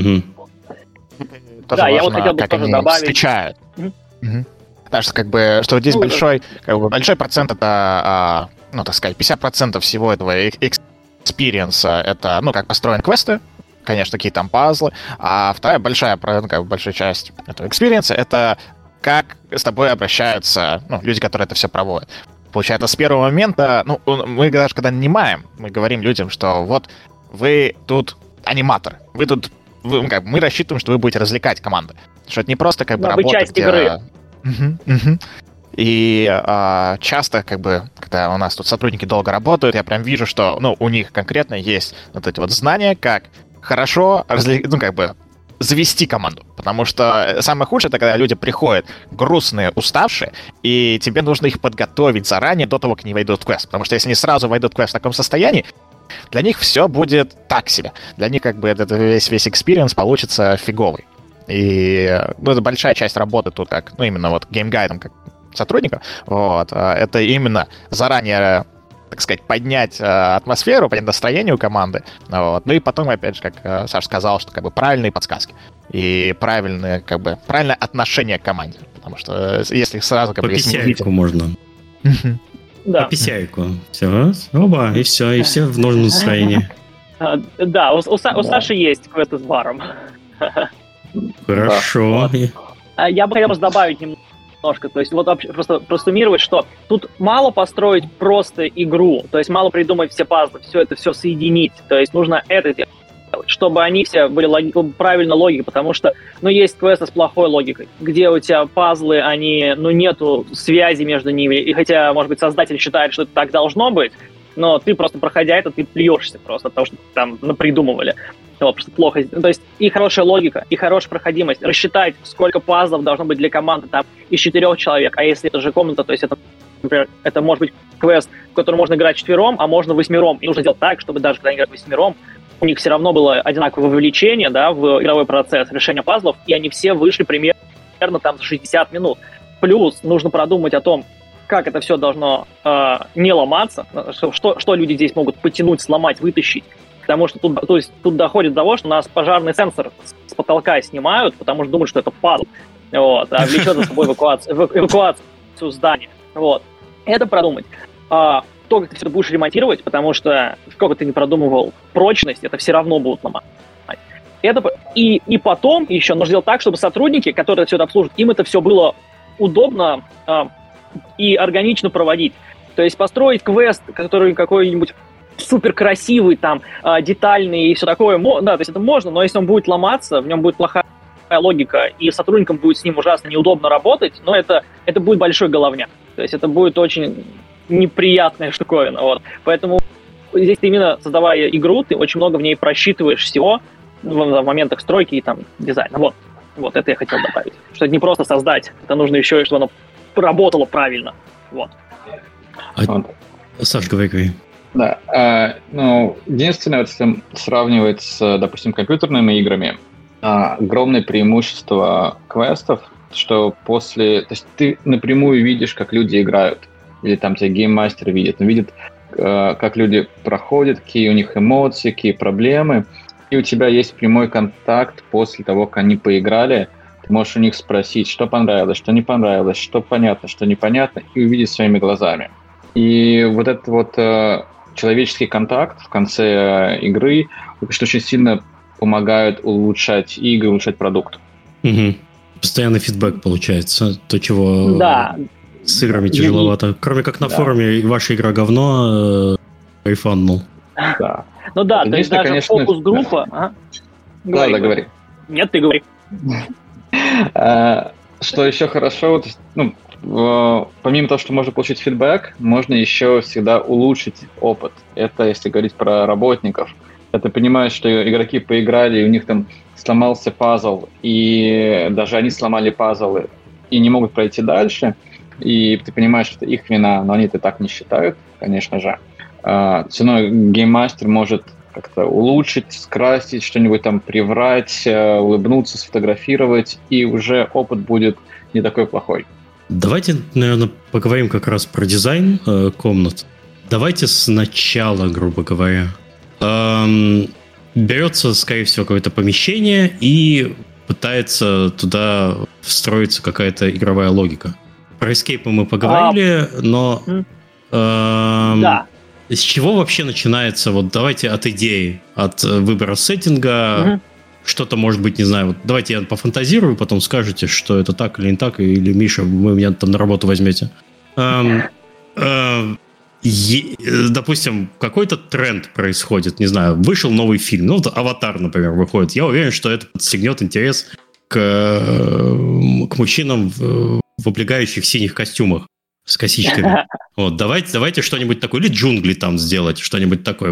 Да, я вот хотел бы тоже добавить. Встречают. Потому что, что здесь большой процент, это, так сказать, 50% всего этого экспириенса, это, как построены квесты, конечно, какие там пазлы, а вторая большая часть этого экспириенса, это как с тобой обращаются люди, которые это все проводят. Получается, с первого момента, мы даже когда нанимаем, мы говорим людям, что вот вы тут аниматор, мы рассчитываем, что вы будете развлекать команды. Что это не просто работа, часть игры. И часто, когда у нас тут сотрудники долго работают, я прям вижу, что у них конкретно есть вот эти вот знания, как хорошо завести команду. Потому что самое худшее, это когда люди приходят грустные, уставшие, и тебе нужно их подготовить заранее, до того, как они войдут в квест. Потому что если они сразу войдут в квест в таком состоянии, для них все будет так себе. Для них этот весь экспириенс получится фиговый. И это большая часть работы тут, именно вот геймгайдом как сотрудника. Вот, это именно заранее, так сказать, поднять атмосферу, поднять настроение у команды. Вот. Ну и потом, опять же, как Саша сказал, что правильные подсказки и правильное отношение к команде. Потому что если сразу... По писяйку можно. Да. По писяйку. Все, оба, и все в нужном настроении. Да, у Саши есть квесты с баром. Хорошо. Я бы хотел добавить немножко, то есть вот просто просуммировать, что тут мало построить просто игру, то есть мало придумать все пазлы, все соединить, то есть нужно это делать, чтобы они все были правильно логикой, потому что, есть квесты с плохой логикой, где у тебя пазлы, они, нету связи между ними, и хотя, может быть, создатель считает, что это так должно быть, но ты просто, проходя это, ты плюешься просто от того, что там напридумывали. Просто плохо. То есть и хорошая логика, и хорошая проходимость. Рассчитать, сколько пазлов должно быть для команды там из 4 человек. А если это же комната, то есть это, например, это может быть квест, в котором можно играть 4, а можно 8. И нужно сделать так, чтобы даже когда они играют 8, у них все равно было одинаковое вовлечение, да, в игровой процесс решения пазлов, и они все вышли примерно там за 60 минут. Плюс нужно продумать о том, как это все должно не ломаться, что люди здесь могут потянуть, сломать, вытащить. Потому что тут доходит до того, что у нас пожарный сенсор с потолка снимают, потому что думают, что это пазл, а влечет за собой эвакуацию здания. Вот. Это продумать. То, как ты все это будешь ремонтировать, потому что, сколько ты не продумывал прочность, это все равно будут ломать. И потом еще нужно сделать так, чтобы сотрудники, которые все это обслуживают, им это все было удобно и органично проводить. То есть построить квест, который какой-нибудь супер красивый, там, детальный и все такое, да, то есть это можно, но если он будет ломаться, в нем будет плохая логика, и сотрудникам будет с ним ужасно неудобно работать, но это будет большой головняк. То есть это будет очень неприятная штуковина. Вот. Поэтому здесь ты именно, создавая игру, ты очень много в ней просчитываешь всего в моментах стройки и там дизайна. Вот это я хотел добавить. Что это не просто создать, это нужно еще и чтобы оно работало правильно. Вот. Саш, говори. Да, единственное, если сравнивать с, допустим, компьютерными играми, огромное преимущество квестов, что то есть ты напрямую видишь, как люди играют, или там тебя гейммастер видит, он видит, как люди проходят, какие у них эмоции, какие проблемы, и у тебя есть прямой контакт после того, как они поиграли, Ты можешь у них спросить, что понравилось, что не понравилось, что понятно, что непонятно, и увидеть своими глазами. И вот этот вот человеческий контакт в конце игры очень сильно помогает улучшать игры, улучшать продукт. Угу. Постоянный фидбэк получается. То, чего с играми тяжеловато. Кроме как на форуме «Ваша игра говно» рефанднул. Да. Ну да, то есть даже конечно, фокус-группа... Да, говори. Нет, ты говори. Что еще хорошо, помимо того, что можно получить фидбэк, можно еще всегда улучшить опыт. Это если говорить про работников. Ты понимаешь, что игроки поиграли, и у них там сломался пазл, и даже они сломали пазлы и не могут пройти дальше, и ты понимаешь, что это их вина, но они это так не считают, конечно же. Все равно гейммастер может как-то улучшить, скрасить, что-нибудь там приврать, улыбнуться, сфотографировать, и уже опыт будет не такой плохой. Давайте, наверное, поговорим как раз про дизайн комнат. Давайте сначала, грубо говоря. Берется, скорее всего, какое-то помещение и пытается туда встроиться какая-то игровая логика. Про эскейпы мы поговорили, но с чего вообще начинается? Вот давайте от идеи, от выбора сеттинга, что-то может быть, не знаю. Вот давайте я пофантазирую, потом скажете, что это так или не так, или Миша, вы меня там на работу возьмете. Допустим, какой-то тренд происходит, не знаю, вышел новый фильм, ну, вот «Аватар», например, выходит. Я уверен, что это подстегнет интерес к мужчинам в облегающих синих костюмах с косичками. Вот, давайте что-нибудь такое, или «Джунгли» там сделать, что-нибудь такое.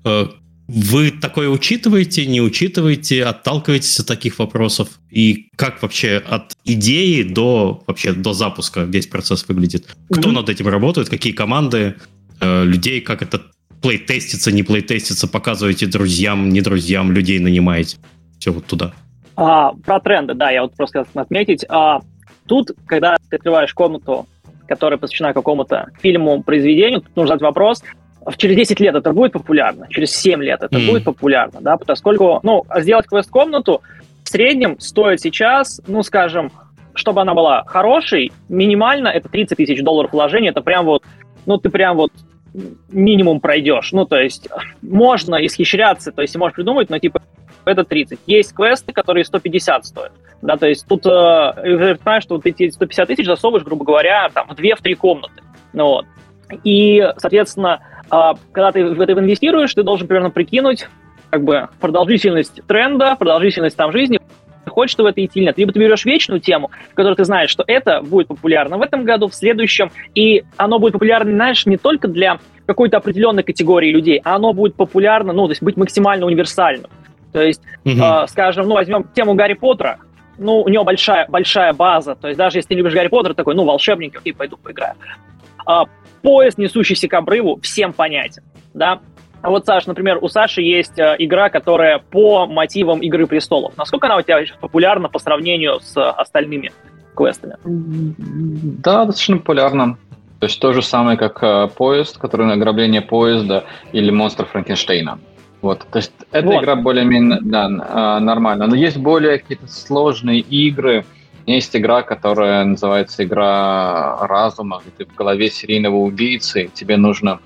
Вы такое учитываете, не учитываете, отталкиваетесь от таких вопросов? И как вообще от идеи до запуска весь процесс выглядит? Кто над этим работает? Какие команды людей? Как это плейтестится, не плейтестится? Показываете друзьям, не друзьям, людей нанимаете? Все вот туда. Про тренды, да, я вот просто хотел отметить. Тут, когда ты открываешь комнату, которая посвящена какому-то фильму, произведению, тут нужно задать вопрос, через 10 лет это будет популярно, через 7 лет это будет популярно, да, поскольку, сделать квест-комнату в среднем стоит сейчас, скажем, чтобы она была хорошей, минимально это $30 тысяч вложения, это прям вот, ты прям вот минимум пройдешь, то есть можно исхищряться, то есть можешь придумать, но типа это 30. Есть квесты, которые 150 стоят, да, то есть тут я понимаю, что ты эти 150 тысяч засовываешь, грубо говоря, там, в 2-3 комнаты, вот, и, соответственно, когда ты в это инвестируешь, ты должен примерно прикинуть продолжительность тренда, продолжительность там жизни, хочешь ты в это идти или нет. Либо ты берешь вечную тему, в которой ты знаешь, что это будет популярно в этом году, в следующем, и оно будет популярно, знаешь, не только для какой-то определенной категории людей, а оно будет популярно, то есть быть максимально универсальным. То есть, скажем, возьмем тему Гарри Поттера, у него большая база, то есть даже если ты любишь Гарри Поттера, такой, волшебник, окей, пойду поиграю. Поезд, несущийся к обрыву, всем понятен, да? А вот, Саш, например, у Саши есть игра, которая по мотивам «Игры престолов». Насколько она у тебя популярна по сравнению с остальными квестами? Да, достаточно популярна. То есть то же самое, как «Поезд», который ограбление поезда, или «Монстр Франкенштейна». Вот, то есть эта игра более-менее нормальная. Но есть более какие-то сложные игры. Есть игра, которая называется «Игра разума», где ты в голове серийного убийцы, тебе нужно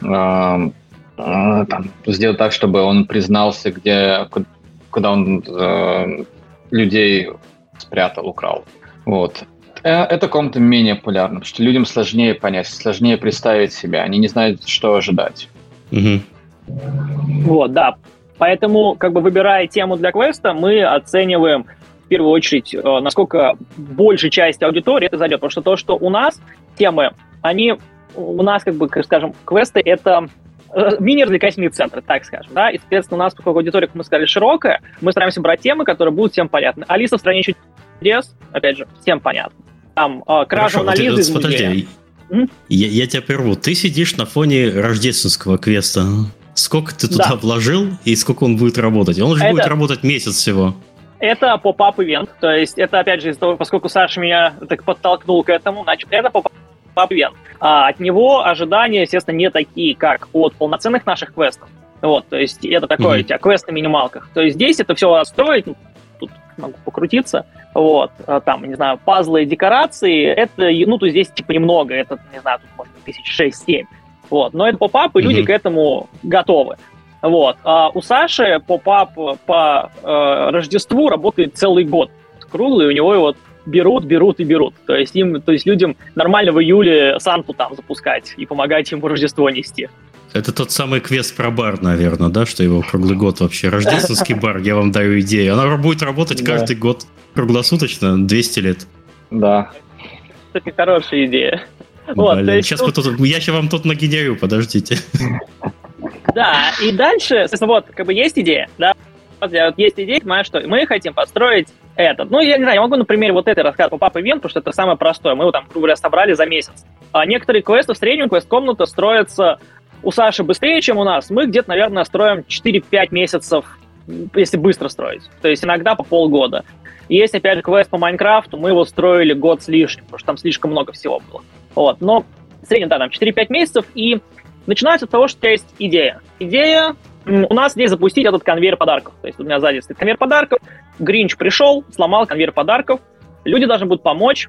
сделать так, чтобы он признался, куда он людей спрятал, украл. Вот. Эта комната менее популярна, потому что людям сложнее понять, сложнее представить себя, они не знают, что ожидать. Вот, да. Поэтому, выбирая тему для квеста, мы оцениваем в первую очередь, насколько большая часть аудитории это зайдет. Потому что то, что у нас темы, у нас, скажем, квесты — это мини-развлекательные центры, так скажем, да, и, соответственно, у нас, поскольку аудитория, как мы сказали, широкая, мы стараемся брать темы, которые будут всем понятны. «Алиса в стране чудес», опять же, всем понятно. Там «Кража Монолизы» из музея. Я тебя прерву. Ты сидишь на фоне рождественского квеста. Сколько ты туда вложил и сколько он будет работать? Он же будет работать месяц всего. Это поп-ап-ивент, то есть это, опять же, из-за того, поскольку Саша меня так подтолкнул к этому, значит, это поп-ап-ивент. От него ожидания, естественно, не такие, как от полноценных наших квестов. Вот, то есть это такое у тебя квест на минималках. То есть здесь это все строить тут могу покрутиться. Вот, там, не знаю, пазлы и декорации, это, ну, то здесь, типа, немного, это, не знаю, тут, может быть, 6-7. Вот, но это поп-ап, и люди к этому готовы. Вот, а у Саши поп-ап по Рождеству работает целый год. Круглый, у него его берут. То есть людям нормально в июле Санту там запускать и помогать ему Рождество нести. Это тот самый квест про бар, наверное, да, что его круглый год вообще. Рождественский бар, я вам даю идею. Она будет работать каждый год круглосуточно, 200 лет. Да. Это хорошая идея. Вот, сейчас я вам тут нагенерю, подождите. Да, и дальше, соответственно, вот, как бы есть идея, да, вот есть идея, понимаешь, что мы хотим построить этот. Ну, я не знаю, я могу на примере вот этой рассказать по Pop-Event, потому что это самое простое. Мы его там, грубо говоря, собрали за месяц. А некоторые квесты в среднем, квест-комната строятся у Саши быстрее, чем у нас. Мы где-то, наверное, строим 4-5 месяцев, если быстро строить. То есть иногда по полгода. И есть, опять же, квест по Майнкрафту, мы его строили год с лишним, потому что там слишком много всего было. Вот. Но в среднем, да, там 4-5 месяцев, и начинается с того, что у тебя есть идея. Идея у нас здесь запустить этот конвейер подарков. То есть у меня сзади стоит конвейер подарков, Гринч пришел, сломал конвейер подарков, люди должны будут помочь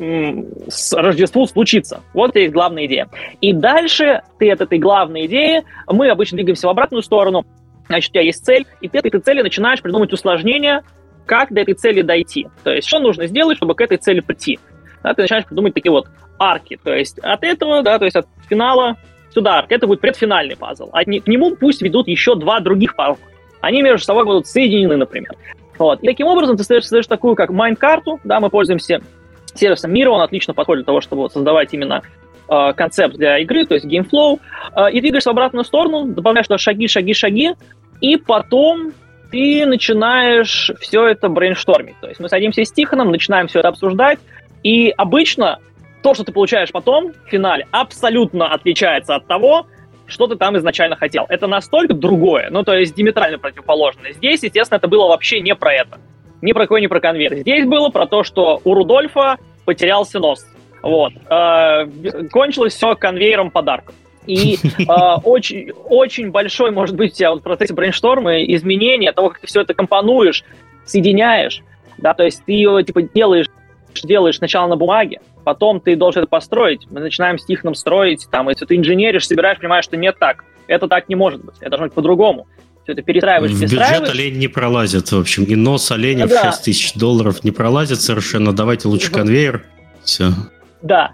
с Рождеству случиться. Вот это есть главная идея. И дальше ты от этой главной идеи, мы обычно двигаемся в обратную сторону, значит, у тебя есть цель, и ты от этой цели начинаешь придумывать усложнения, как до этой цели дойти. То есть что нужно сделать, чтобы к этой цели прийти. Да, ты начинаешь придумывать такие вот арки. То есть от этого, да, то есть от финала сюда арка. Это будет предфинальный пазл. А к нему пусть ведут еще 2 других пазла. Они между собой будут соединены, например. Вот. И таким образом ты создаешь такую, как майнд-карту. Да, мы пользуемся сервисом Miro, он отлично подходит для того, чтобы вот создавать именно концепт для игры, то есть геймфлоу. И двигаешься в обратную сторону, добавляешь туда шаги, и потом ты начинаешь все это брейнштормить. То есть мы садимся с Тихоном, начинаем все это обсуждать, и обычно то, что ты получаешь потом в финале, абсолютно отличается от того, что ты там изначально хотел. Это настолько другое, ну, то есть диаметрально противоположное. Здесь, естественно, это было вообще не про это. Ни про какой, ни про конвейер. Здесь было про то, что у Рудольфа потерялся нос. Вот. Кончилось все конвейером подарков. И очень, очень большой, может быть, у тебя вот в процессе брейншторма изменения того, как ты все это компонуешь, соединяешь, да, то есть ты его типа делаешь сначала на бумаге, потом ты должен это построить, мы начинаем с Тихоном строить, там, если ты инженеришь, собираешь, понимаешь, что нет так, это так не может быть, это должно быть по-другому. Все это перестраиваешь. В бюджет олень не пролазит, в общем, и нос оленя в $6000 не пролазит совершенно, давайте лучше конвейер, все. Да.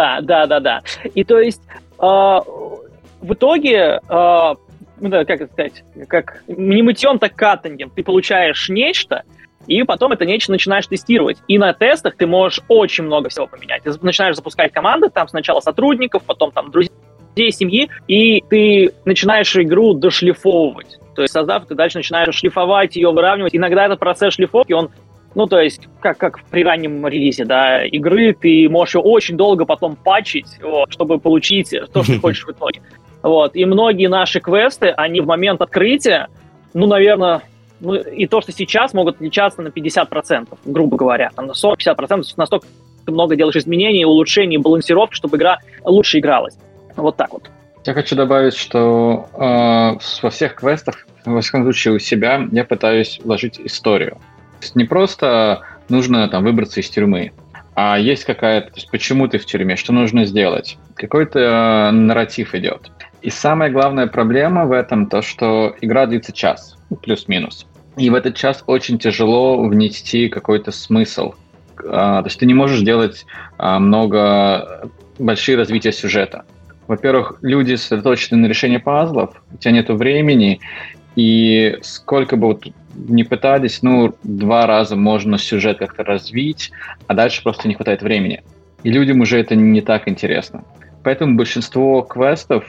И то есть в итоге, как это сказать, как не мытьем, так катаньем, ты получаешь нечто, и потом это нечто начинаешь тестировать. И на тестах ты можешь очень много всего поменять. Ты начинаешь запускать команды, там сначала сотрудников, потом там друзей, семьи, и ты начинаешь игру дошлифовывать. То есть, создав, ты дальше начинаешь шлифовать ее, выравнивать. Иногда этот процесс шлифовки, он, ну, то есть, как при раннем релизе, да, игры, ты можешь ее очень долго потом патчить, вот, чтобы получить то, что ты хочешь в итоге. Вот. И многие наши квесты, они в момент открытия, ну, наверное, ну, и то, что сейчас, могут отличаться на 50%, грубо говоря, там, на 40-50%, настолько ты много делаешь изменений, улучшений, балансировки, чтобы игра лучше игралась. Вот так вот. Я хочу добавить, что во всех квестах, во всяком случае у себя, я пытаюсь вложить историю. То есть не просто нужно там выбраться из тюрьмы, а есть какая-то, то есть почему ты в тюрьме, что нужно сделать, какой-то нарратив идет. И самая главная проблема в этом то, что игра длится час, плюс-минус. И в этот час очень тяжело внести какой-то смысл. То есть ты не можешь делать большие развития сюжета. Во-первых, люди сосредоточены на решении пазлов, у тебя нет времени, и сколько бы вот ни пытались, 2 раза можно сюжет как-то развить, а дальше просто не хватает времени. И людям уже это не так интересно. Поэтому большинство квестов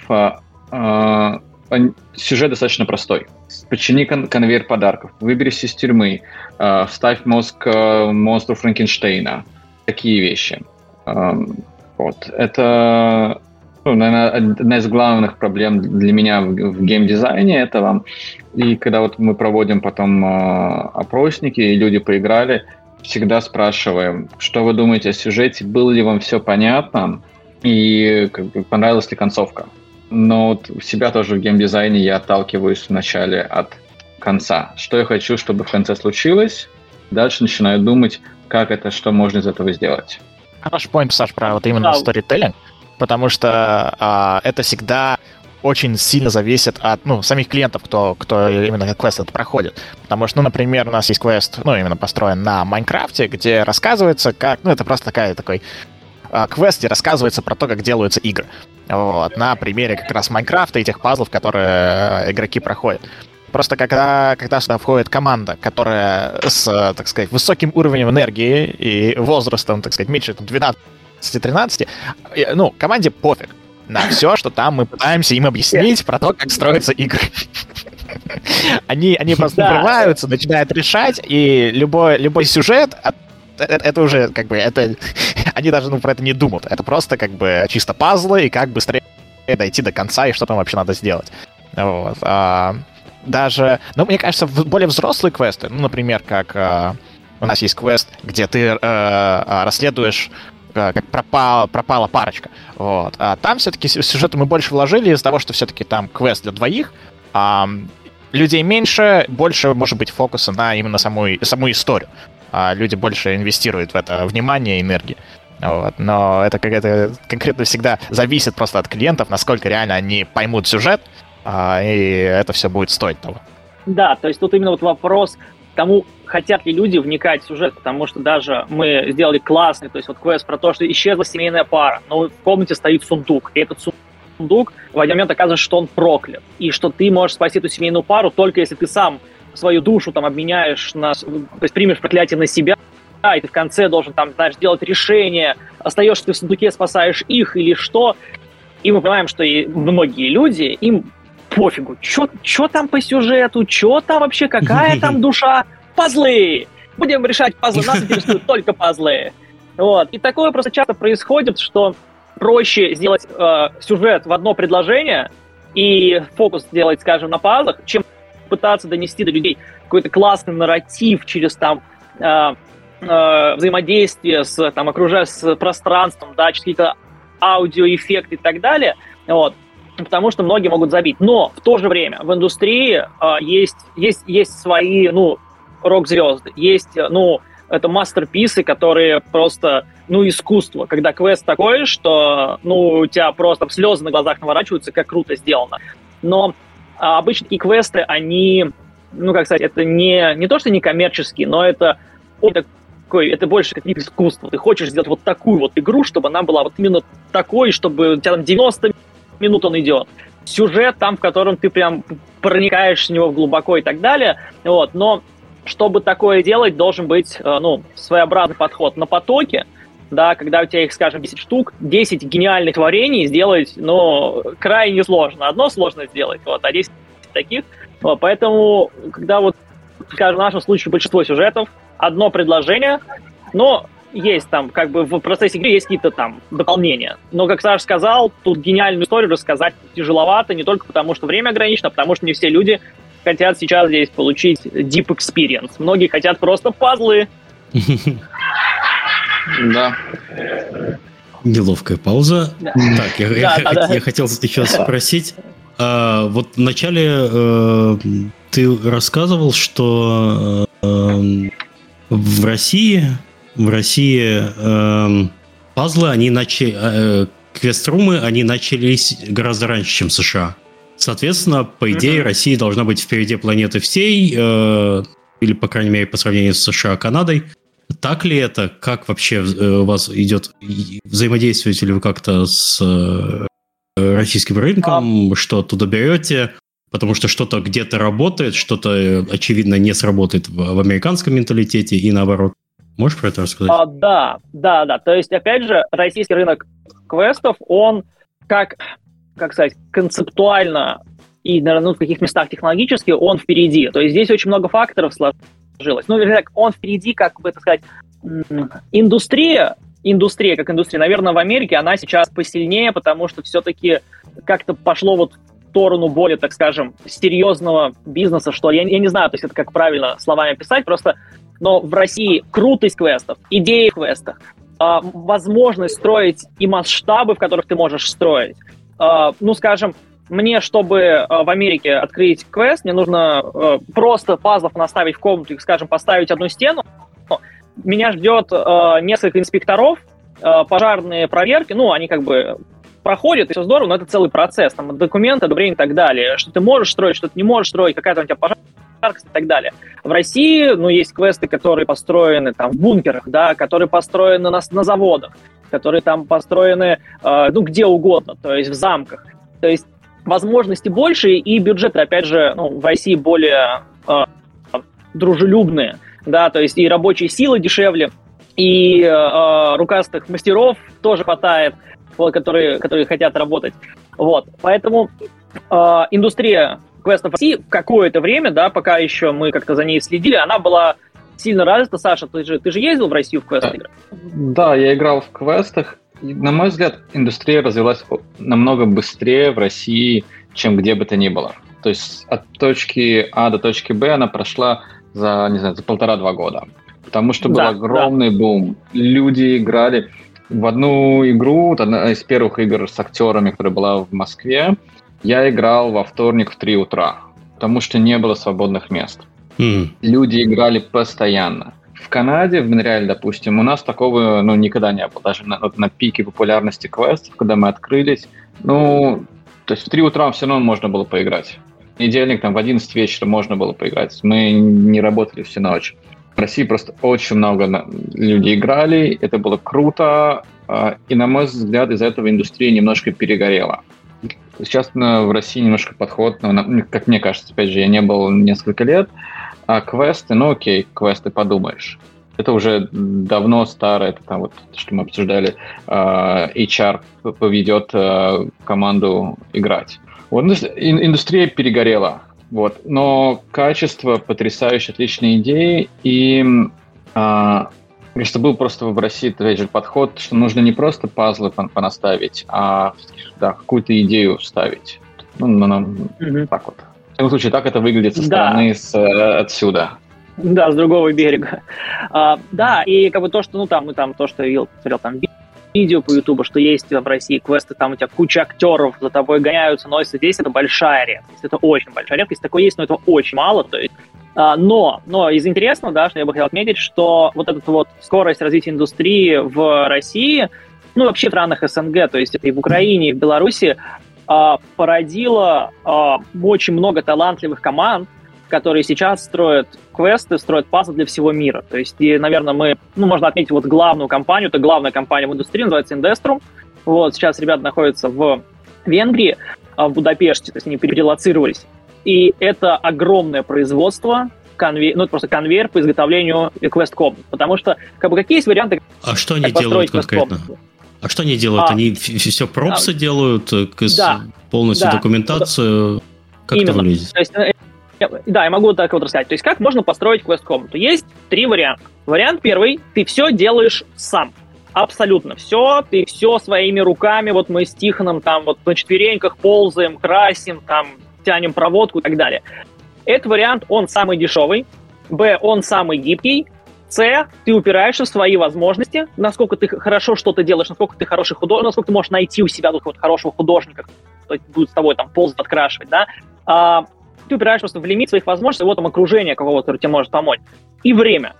сюжет достаточно простой. Почини конвейер подарков, выберись из тюрьмы, вставь мозг монстру Франкенштейна. Такие вещи. Вот. Это... наверное, одна из главных проблем для меня в геймдизайне этого. И когда вот мы проводим потом опросники, и люди поиграли, всегда спрашиваем, что вы думаете о сюжете, было ли вам все понятно, и понравилась ли концовка. Но вот у себя тоже в геймдизайне я отталкиваюсь вначале от конца. Что я хочу, чтобы в конце случилось, дальше начинают думать, как это, что можно из этого сделать. Хороший point, Саш, про вот именно storytelling, потому что это всегда очень сильно зависит от самих клиентов, кто именно квест этот проходит. Потому что, например, у нас есть квест, именно построен на Майнкрафте, где рассказывается, как... это просто такой квест, где рассказывается про то, как делаются игры. Вот, на примере как раз Майнкрафта и тех пазлов, которые игроки проходят. Просто когда сюда входит команда, которая с, так сказать, высоким уровнем энергии и возрастом, так сказать, меньше 12-13, команде пофиг на все, что там мы пытаемся им объяснить про то, как строятся игры. Они просто врываются, начинают решать, и любой сюжет, это уже они даже про это не думают. Это просто чисто пазлы, и как быстрее дойти до конца, и что там вообще надо сделать. Вот. Даже, мне кажется, более взрослые квесты, например, как у нас есть квест, где ты расследуешь, как пропала парочка. Вот. А там все-таки сюжет мы больше вложили из-за того, что все-таки там квест для двоих, людей меньше, больше может быть фокуса на именно саму историю. Люди больше инвестируют в это внимание и энергии. Вот. Но это конкретно всегда зависит просто от клиентов, насколько реально они поймут сюжет, и это все будет стоить того. Да, то есть тут именно вопрос к тому, хотят ли люди вникать в сюжет, потому что даже мы сделали классный, то есть квест про то, что исчезла семейная пара, но в комнате стоит сундук, и этот сундук в один момент оказывается, что он проклят, и что ты можешь спасти эту семейную пару только если ты сам свою душу обменяешь то есть примешь проклятие на себя, и ты в конце должен делать решение, остаешься ты в сундуке, спасаешь их или что. И мы понимаем, что и многие люди, им пофигу, что там по сюжету, что там вообще, какая там душа, пазлы! Будем решать пазлы, нас интересуют только пазлы. Вот. И такое просто часто происходит, что проще сделать сюжет в одно предложение и фокус сделать, скажем, на пазлах, чем пытаться донести до людей какой-то классный нарратив через взаимодействие с пространством, через какие-то аудиоэффекты и так далее. Вот. Потому что многие могут забить. Но в то же время в индустрии есть свои, рок-звезды. Есть, это мастерписы, которые просто, искусство. Когда квест такой, что, у тебя просто слезы на глазах наворачиваются, как круто сделано. Но обычно такие квесты, они, это не то, что не коммерческие, но это больше как вид искусства. Ты хочешь сделать такую игру, чтобы она была именно такой, чтобы у тебя 90 минут он идет. Сюжет там, в котором ты прям проникаешь в него глубоко и так далее. Вот. Но чтобы такое делать, должен быть своеобразный подход на потоке. Да, когда у тебя их, скажем, 10 штук, 10 гениальных творений сделать, крайне сложно. Одно сложно сделать, а 10 таких. Вот. Поэтому, когда скажем, в нашем случае большинство сюжетов, одно предложение, но есть в процессе игры есть какие-то дополнения. Но, как Саша сказал, тут гениальную историю рассказать тяжеловато, не только потому, что время ограничено, а потому что не все люди хотят сейчас здесь получить deep experience. Многие хотят просто пазлы. Да. Неловкая пауза. Так, я хотел еще спросить. Вначале ты рассказывал, что в России пазлы, квест-румы, они начались гораздо раньше, чем в США. Соответственно, по идее, Россия должна быть впереди планеты всей, или, по крайней мере, по сравнению с США, Канадой. Так ли это? Как вообще у вас идет? Взаимодействуете ли вы как-то с российским рынком? Что оттуда берете? Потому что что-то где-то работает, что-то, очевидно, не сработает в американском менталитете и наоборот. Можешь про это рассказать? Да. То есть, опять же, российский рынок квестов, он как сказать, концептуально и, наверное, в каких местах технологически он впереди. То есть здесь очень много факторов сложилось. Он впереди, как бы это сказать, индустрия, наверное, в Америке, она сейчас посильнее, потому что все-таки как-то пошло в сторону более, так скажем, серьезного бизнеса, что я не знаю, то есть это как правильно словами описать, просто, но в России крутость квестов, идеи в квестах, возможность строить и масштабы, в которых ты можешь строить, скажем, мне, чтобы в Америке открыть квест, мне нужно просто пазлов наставить в комнату и, скажем, поставить одну стену. Меня ждет несколько инспекторов, пожарные проверки, ну, они как бы проходят, и все здорово, но это целый процесс, там, документы, одобрение и так далее. Что ты можешь строить, что ты не можешь строить, какая-то у тебя пожарка и так далее. В России, ну, есть квесты, которые построены там в бункерах, да, которые построены на заводах, которые там построены, ну, где угодно, то есть в замках. То есть возможности больше, и бюджеты, опять же, ну, в России более дружелюбные, да, то есть и рабочие силы дешевле, и рукастых мастеров тоже хватает, вот, которые хотят работать. Вот. Поэтому индустрия квестов в России какое-то время, да, пока еще мы как-то за ней следили, она была сильно развита. Саша, ты же ездил в Россию в квест-игры? Да, я играл в квестах. И, на мой взгляд, индустрия развилась намного быстрее в России, чем где бы то ни было. То есть от точки А до точки Б она прошла за 1,5-2 года. Потому что был огромный бум. Люди играли в одну игру, одна из первых игр с актерами, которая была в Москве. Я играл во вторник в 3 утра, потому что не было свободных мест. Люди играли постоянно. В Канаде, в Монреале, допустим, у нас такого никогда не было. Даже на пике популярности квестов, когда мы открылись, то есть в 3 утра все равно можно было поиграть. В понедельник там в 11 вечера можно было поиграть. Мы не работали всю ночь. В России просто очень много людей играли, это было круто, и, на мой взгляд, из-за этого индустрия немножко перегорела. Сейчас в России немножко подход, как мне кажется, опять же, я не был несколько лет, а квесты, окей, квесты подумаешь. Это уже давно старое, это там вот, что мы обсуждали, HR поведет команду играть. Вот, индустрия перегорела. Вот. Но качество, потрясающие, отличные идеи. И, кажется, был просто в России опять же подход, что нужно не просто пазлы понаставить, а какую-то идею вставить. Так вот. В любом случае, так это выглядит со стороны, отсюда. Да, с другого берега. Да, и как бы то, что, то, что я смотрел там видео по Ютубу, что есть в России квесты, там у тебя куча актеров за тобой гоняются, но здесь это большая редкость, это очень большая редкость, такое есть, но этого очень мало, то есть, но из интересного, да, что я бы хотел отметить, что вот эта вот скорость развития индустрии в России, вообще в странах СНГ, то есть это и в Украине, и в Беларуси, породила очень много талантливых команд, которые сейчас строят квесты, строят пазлы для всего мира. То есть, и, наверное, можно отметить вот главную компанию, это главная компания в индустрии, называется Indestrum. Вот, сейчас ребята находятся в Венгрии, в Будапеште, то есть они перелоцировались. И это огромное производство, это просто конвейер по изготовлению квест-комнат. Потому что, какие есть варианты... А что они делают конкретно? А что они делают? Они все пропсы делают, полностью документацию? Как это выглядит? То есть, да, я могу так вот рассказать. То есть, как можно построить квест-комнату? Есть 3 варианта. Вариант первый. Ты все делаешь сам. Абсолютно все. Ты все своими руками. Вот мы с Тихоном там вот на четвереньках ползаем, красим, там тянем проводку и так далее. Этот вариант, он самый дешевый. Б, он самый гибкий. С, ты упираешься в свои возможности, насколько ты хорошо что-то делаешь, насколько ты хороший художник, насколько ты можешь найти у себя какого-то хорошего художника, кто будет с тобой там ползать, открашивать, да. Ты упираешься просто в лимит своих возможностей, вот там окружение какого-то, которое тебе может помочь. И время.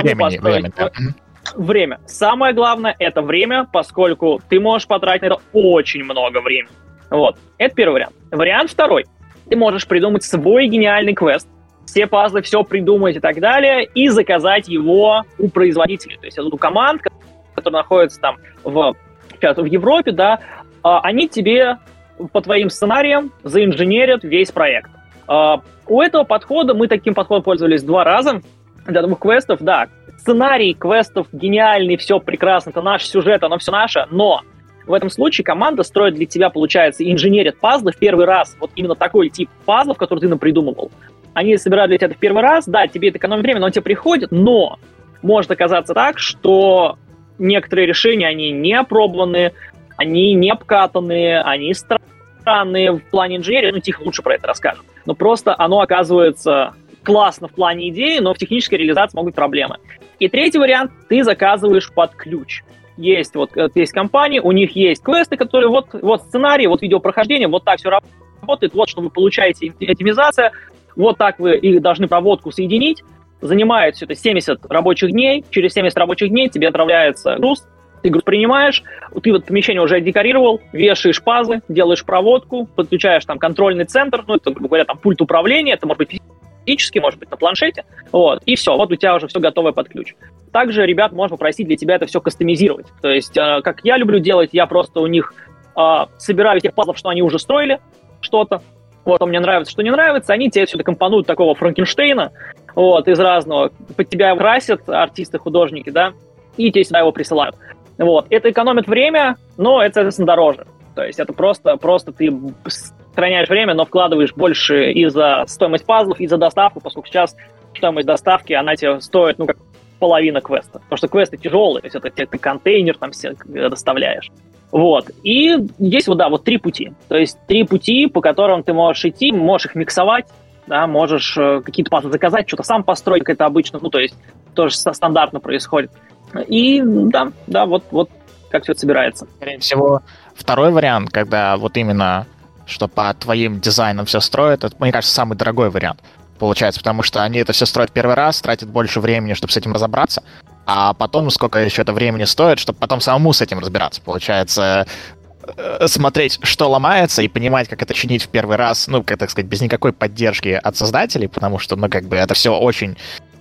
Время. Самое главное – это время, поскольку ты можешь потратить на это очень много времени. Вот. Это первый вариант. Вариант второй. Ты можешь придумать свой гениальный квест, все пазлы, все придумать и так далее, и заказать его у производителей. То есть у команд, которые находятся там в Европе, да, они тебе по твоим сценариям заинженерят весь проект. У этого подхода, мы таким подходом пользовались 2 раза для 2 квестов, да. Сценарий квестов гениальный, все прекрасно, это наш сюжет, оно все наше, но в этом случае команда строит для тебя, получается, инженерит пазлы в первый раз, вот именно такой тип пазлов, который ты напридумывал. Они собирают для тебя это в первый раз, да, тебе это экономит время, но он тебе приходит, но может оказаться так, что некоторые решения, они не опробованы, они не обкатанные, они странные в плане инженерии, Тихо лучше про это расскажет. Но просто оно оказывается классно в плане идеи, но в технической реализации могут быть проблемы. И третий вариант, ты заказываешь под ключ. Есть компании, у них есть квесты, которые вот сценарий, вот видеопрохождение, вот так все работает, вот что вы получаете оптимизация, вот так вы их должны проводку соединить, занимает все это 70 рабочих дней, через 70 рабочих дней тебе отправляется груз, ты груз принимаешь, ты вот помещение уже декорировал, вешаешь пазлы, делаешь проводку, подключаешь там контрольный центр, ну, это, грубо говоря, там пульт управления, это может быть физически, может быть на планшете, вот, и все, вот у тебя уже все готовое под ключ. Также ребят можно попросить для тебя это все кастомизировать, то есть, как я люблю делать, я просто у них собираю тех пазлов, что они уже строили, что-то, вот, мне нравится, что не нравится, они тебе все это компонуют такого Франкенштейна, вот, из разного, под тебя красят артисты, художники, да, и тебе сюда его присылают. Вот, это экономит время, но это, соответственно, дороже. То есть это просто ты сохраняешь время, но вкладываешь больше и за стоимость пазлов, и за доставку, поскольку сейчас стоимость доставки, она тебе стоит, ну, как половина квеста. Потому что квесты тяжелые, то есть это ты контейнер там все доставляешь. Вот. И есть вот 3 пути. То есть 3 пути, по которым ты можешь идти, можешь их миксовать, да, можешь какие-то пазлы заказать, что-то сам построить, как это обычно, ну, то есть тоже стандартно происходит. И да, вот как все это собирается. Скорее всего, второй вариант, когда вот именно, что по твоим дизайнам все строят, это, мне кажется, самый дорогой вариант получается, потому что они это все строят первый раз, тратят больше времени, чтобы с этим разобраться, а потом сколько еще это времени стоит, чтобы потом самому с этим разбираться. Получается, смотреть, что ломается, и понимать, как это чинить в первый раз, ну, как так сказать, без никакой поддержки от создателей, потому что, ну, как бы это все очень,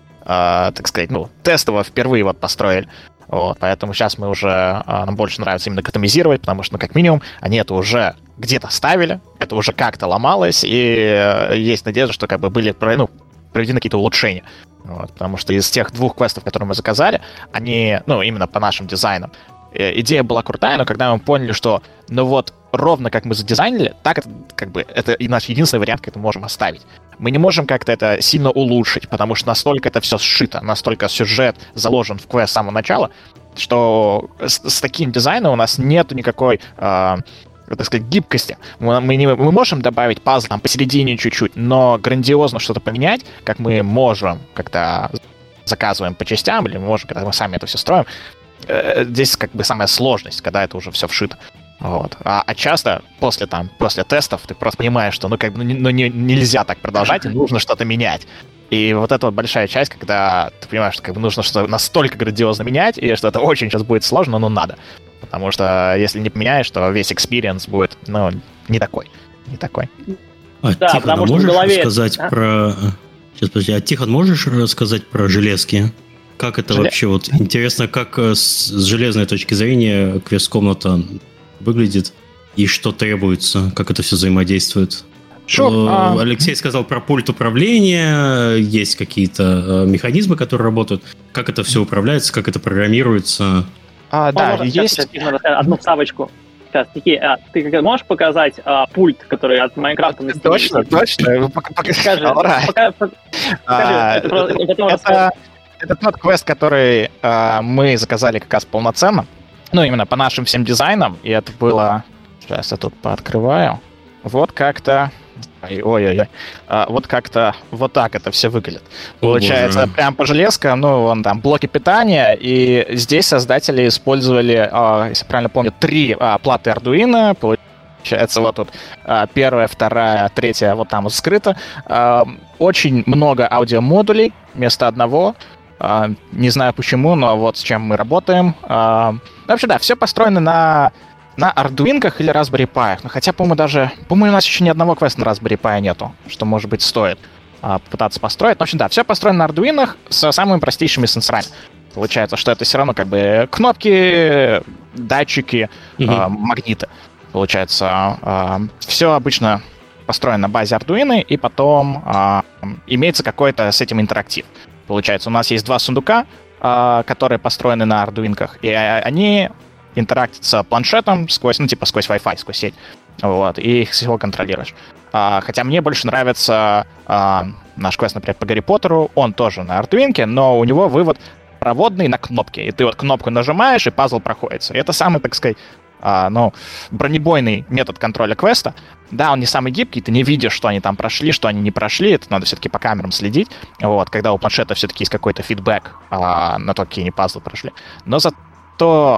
так сказать, ну, тестово впервые вот построили. Вот, поэтому сейчас мы уже, нам больше нравится именно кастомизировать, потому что, ну, как минимум, они это уже где-то ставили, это уже как-то ломалось, и есть надежда, что как бы были, ну, проведены какие-то улучшения. Вот, потому что из тех 2 квестов, которые мы заказали, они, ну, именно по нашим дизайнам, идея была крутая, но когда мы поняли, что, ну вот, ровно как мы задизайнили, так это, как бы, это и наш единственный вариант, как это можем оставить. Мы не можем как-то это сильно улучшить, потому что настолько это все сшито, настолько сюжет заложен в квест с самого начала, что с таким дизайном у нас нету никакой, так сказать, гибкости. Мы можем добавить пазл там посередине чуть-чуть, но грандиозно что-то поменять, как мы можем, когда заказываем по частям, или мы можем, когда мы сами это все строим, здесь как бы самая сложность, когда это уже все вшито. Вот. А часто после тестов ты просто понимаешь, что нельзя так продолжать, и нужно что-то менять. И вот это вот большая часть, когда ты понимаешь, что как бы нужно что-то настолько грандиозно менять, и что это очень сейчас будет сложно, но надо. Потому что если не поменяешь, то весь экспириенс будет, ну, не такой. Да, Тихон, можешь рассказать про... Сейчас, подожди, Тихон, можешь рассказать про железки? Как это вообще, вот интересно, как с железной точки зрения квест-комната выглядит и что требуется, как это все взаимодействует? Алексей сказал про пульт управления, есть какие-то механизмы, которые работают. Как это все управляется, как это программируется? Да, есть... Одну вставочку. Сейчас, ты можешь показать пульт, который от Майнкрафта на Steam? Точно. Покажи. Это тот квест, который мы заказали как раз полноценно. Ну, именно по нашим всем дизайнам. И это было... Сейчас я тут пооткрываю. Вот как-то... Ой-ой-ой. Вот как-то вот так это все выглядит. Получается, прям по железкам, ну, вон там блоки питания, и здесь создатели использовали, если правильно помню, 3 платы Arduino. Получается, вот тут 1, 2, 3 вот там вот скрыто. Очень много аудиомодулей вместо одного. Не знаю почему, но вот с чем мы работаем. Вообще, да, все построено на Arduino или Raspberry Pi. Ну, хотя, по-моему, у нас еще ни одного квеста на Raspberry Pi нету, что, может быть, стоит попытаться построить. В общем, да, все построено на Arduino с самыми простейшими сенсорами. Получается, что это все равно как бы кнопки, датчики, магниты. Получается, все обычно построено на базе Arduino, и потом имеется какой-то с этим интерактив. Получается, у нас есть 2 сундука, которые построены на Arduino, и они интерактят с планшетом сквозь Wi-Fi, сквозь сеть. Вот, и их всего контролируешь. Хотя мне больше нравится наш квест, например, по Гарри Поттеру. Он тоже на Arduino, но у него вывод проводный на кнопки. И ты вот кнопку нажимаешь, и пазл проходится. И это самый, так сказать, бронебойный метод контроля квеста. Да, он не самый гибкий, ты не видишь, что они там прошли, что они не прошли. Это надо все-таки по камерам следить. Вот, когда у планшета все-таки есть какой-то фидбэк на то, какие они пазлы прошли. Но зато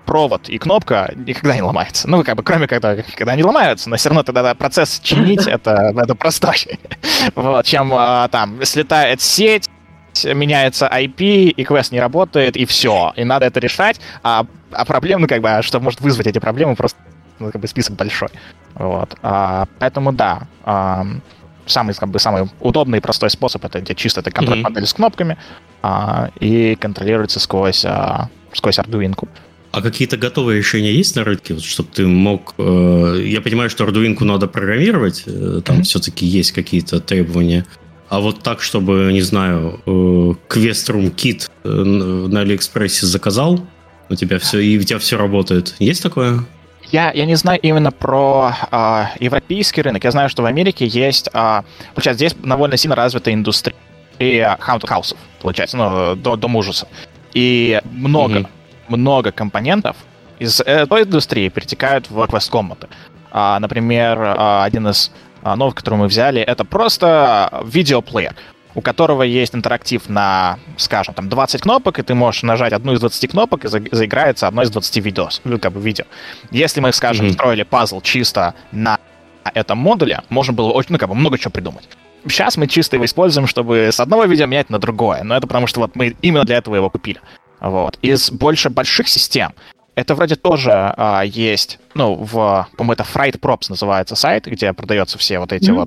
провод и кнопка никогда не ломается. Ну, как бы, кроме когда они ломаются, но все равно тогда процесс чинить это простой. Вот, чем там слетает сеть, меняется IP, и квест не работает, и все. И надо это решать. А проблемы, как бы, что может вызвать эти проблемы, просто как бы список большой. Вот. Поэтому да. Самый удобный и простой способ это чисто это контроль-модель с кнопками и контролируется сквозь Arduino. А какие-то готовые решения есть на рынке, вот, чтобы ты мог... я понимаю, что Arduino надо программировать, там все-таки есть какие-то требования. А вот так, чтобы, не знаю, Quest Room Kit на Алиэкспрессе заказал, у тебя все работает. Есть такое? Я не знаю именно про европейский рынок. Я знаю, что в Америке есть... получается, здесь довольно сильно развита индустрия haunted house'ов, получается, дом ужаса. И много компонентов из той индустрии перетекают в квест-комнаты. Например, один из новых, который мы взяли, это просто видеоплеер, у которого есть интерактив на, скажем, там 20 кнопок, и ты можешь нажать одну из 20 кнопок, и заиграется одно из 20 видео. Если мы, скажем, строили пазл чисто на этом модуле, можно было очень, много чего придумать. Сейчас мы чисто его используем, чтобы с одного видео менять на другое, но это потому что вот мы именно для этого его купили. Вот. Из больше больших систем это вроде тоже есть, по-моему, это Fright Props называется сайт, где продаются все вот эти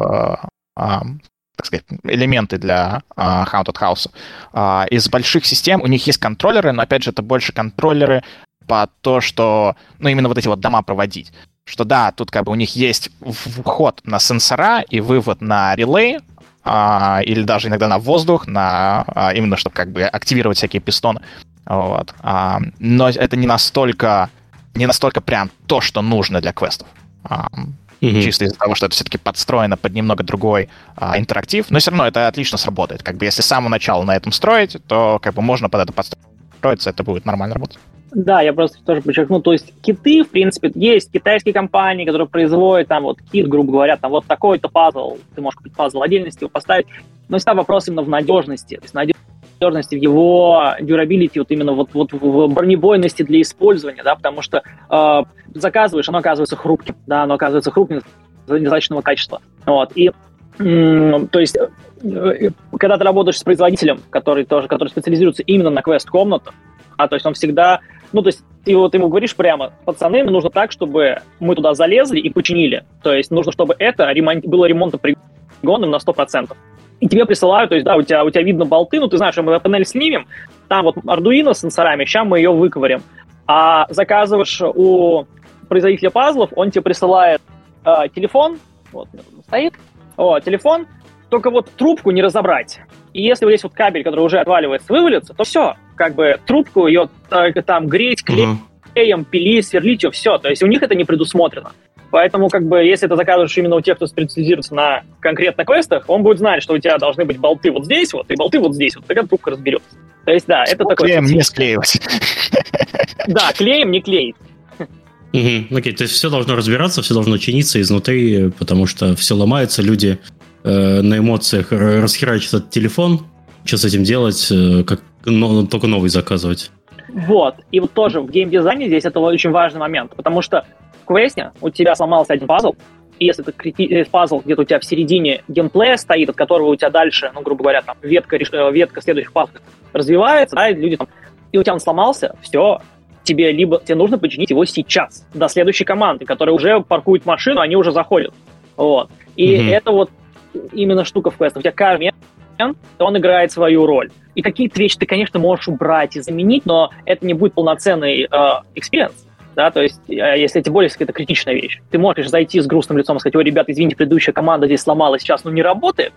так сказать, элементы для Haunted House. Из больших систем у них есть контроллеры, но, опять же, это больше контроллеры по то, что, именно вот эти вот дома проводить. Что да, тут как бы у них есть вход на сенсора и вывод на релей, или даже иногда на воздух, именно чтобы как бы активировать всякие пистоны. Вот. Но это не настолько прям то, что нужно для квестов. Чисто из-за того, что это все-таки подстроено под немного другой интерактив. Но все равно это отлично сработает. Как бы если с самого начала на этом строить, то как бы можно под это подстроиться, это будет нормально работать. Да, я просто тоже подчеркну, то есть киты, в принципе, есть китайские компании, которые производят там вот кит, грубо говоря, там вот такой-то пазл, ты можешь купить пазл отдельности, его поставить, но всегда вопрос именно в надежности, то есть надежности, в его durability, вот именно вот в бронебойности для использования, да, потому что заказываешь, оно оказывается хрупким, да, оно оказывается хрупким, недостаточного качества, вот, и то есть, когда ты работаешь с производителем, который специализируется именно на квест-комнатах, то есть он всегда, то есть ты вот ему говоришь прямо, пацаны, мне нужно так, чтобы мы туда залезли и починили, то есть нужно, чтобы это было ремонтопригодным на 100%. И тебе присылают, то есть, да, у тебя видно болты, ты знаешь, что мы панель снимем, там вот Arduino с сенсорами, сейчас мы ее выковырим. А заказываешь у производителя пазлов, он тебе присылает телефон, вот стоит, телефон, только вот трубку не разобрать. И если вот здесь вот кабель, который уже отваливается, вывалится, то все, как бы трубку ее там греть, клеем, пилить, сверлить ее, все. То есть у них это не предусмотрено. Поэтому, как бы, если ты заказываешь именно у тех, кто специализируется на конкретно квестах, он будет знать, что у тебя должны быть болты вот здесь вот, и болты вот здесь вот, тогда трубка разберется. То есть, да, это такое... Клеем не склеивать. Да, клеем не клеить. Окей, то есть все должно разбираться, все должно чиниться изнутри, потому что все ломается, люди на эмоциях расхерачат этот телефон. Что с этим делать? Только новый заказывать. Вот. И вот тоже в геймдизайне здесь это очень важный момент, потому что в квесте у тебя сломался один пазл, и если этот пазл где-то у тебя в середине геймплея стоит, от которого у тебя дальше, грубо говоря, там ветка следующих пазлов развивается, да, и люди там, и у тебя он сломался, все, тебе нужно починить его сейчас, до следующей команды, которая уже паркует машину, они уже заходят. Вот. И это вот именно штука в квестах. У тебя каждый момент, он играет свою роль. И какие-то вещи ты, конечно, можешь убрать и заменить, но это не будет полноценный experience. Да, то есть, если тем более какая-то критичная вещь. Ты можешь зайти с грустным лицом и сказать: ой, ребята, извините, предыдущая команда здесь сломалась, сейчас не работает,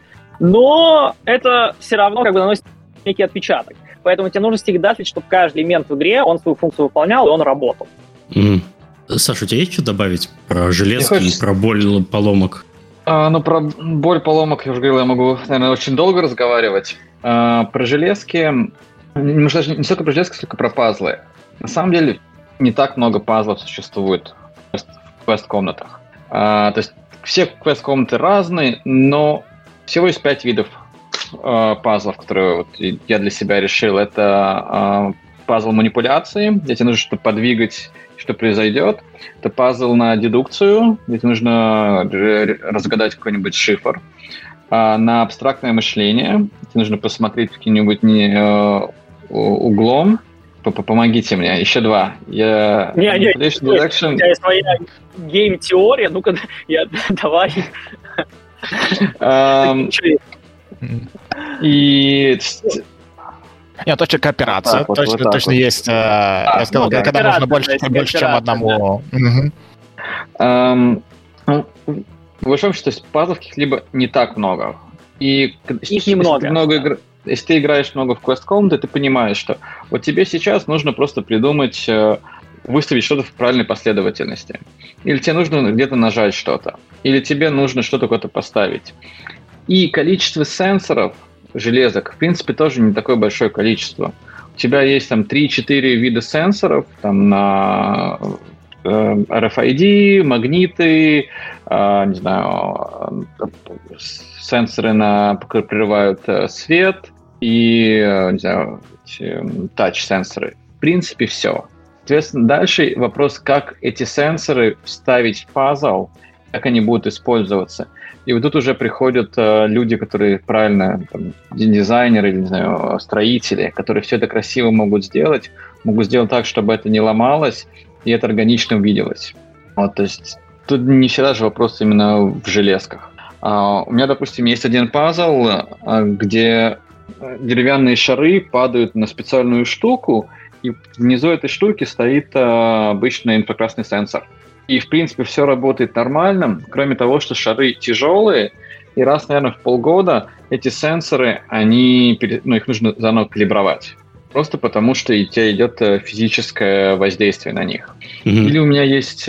но это все равно как бы наносит некий отпечаток. Поэтому тебе нужно всегда следить, чтобы каждый элемент в игре, он свою функцию выполнял, и он работал. Саша, у тебя есть что добавить про железки и про боль поломок? Про боль поломок, я уже говорил, я могу, наверное, очень долго разговаривать. Про железки, не столько про железки, сколько про пазлы. На самом деле, не так много пазлов существует в квест-комнатах. То есть все квест-комнаты разные, но всего есть 5 видов пазлов, которые вот я для себя решил. Это пазл манипуляции, где тебе нужно что-то подвигать, что произойдет. Это пазл на дедукцию, где тебе нужно разгадать какой-нибудь шифр. На абстрактное мышление тебе нужно посмотреть каким-нибудь углом. Помогите мне. Еще два. У меня есть своя гейм-теория. Ну-ка, давай. И... Нет, точно кооперация. Точно есть. Я сказал, когда нужно больше, чем одному. В большом счете, пазлов каких-либо не так много. И их немного. Если ты играешь много в Quest Combat, ты понимаешь, что вот тебе сейчас нужно просто придумать, выставить что-то в правильной последовательности. Или тебе нужно где-то нажать что-то. Или тебе нужно что-то куда-то поставить. И количество сенсоров, железок, в принципе, тоже не такое большое количество. У тебя есть там 3-4 вида сенсоров, там на RFID, магниты, не знаю, сенсоры прерывают свет и, не знаю, тач-сенсоры. В принципе, все. Соответственно, дальше вопрос, как эти сенсоры вставить в пазл, как они будут использоваться. И вот тут уже приходят люди, которые правильно, там, дизайнеры, или, не знаю, строители, которые все это красиво могут сделать так, чтобы это не ломалось, и это органично увиделось. Вот, то есть тут не всегда же вопрос именно в железках. У меня, допустим, есть один пазл, где деревянные шары падают на специальную штуку, и внизу этой штуки стоит обычный инфракрасный сенсор. И, в принципе, все работает нормально, кроме того, что шары тяжелые, и раз, наверное, в полгода эти сенсоры, их нужно заново калибровать. Просто потому, что у тебя идет физическое воздействие на них. Или у меня есть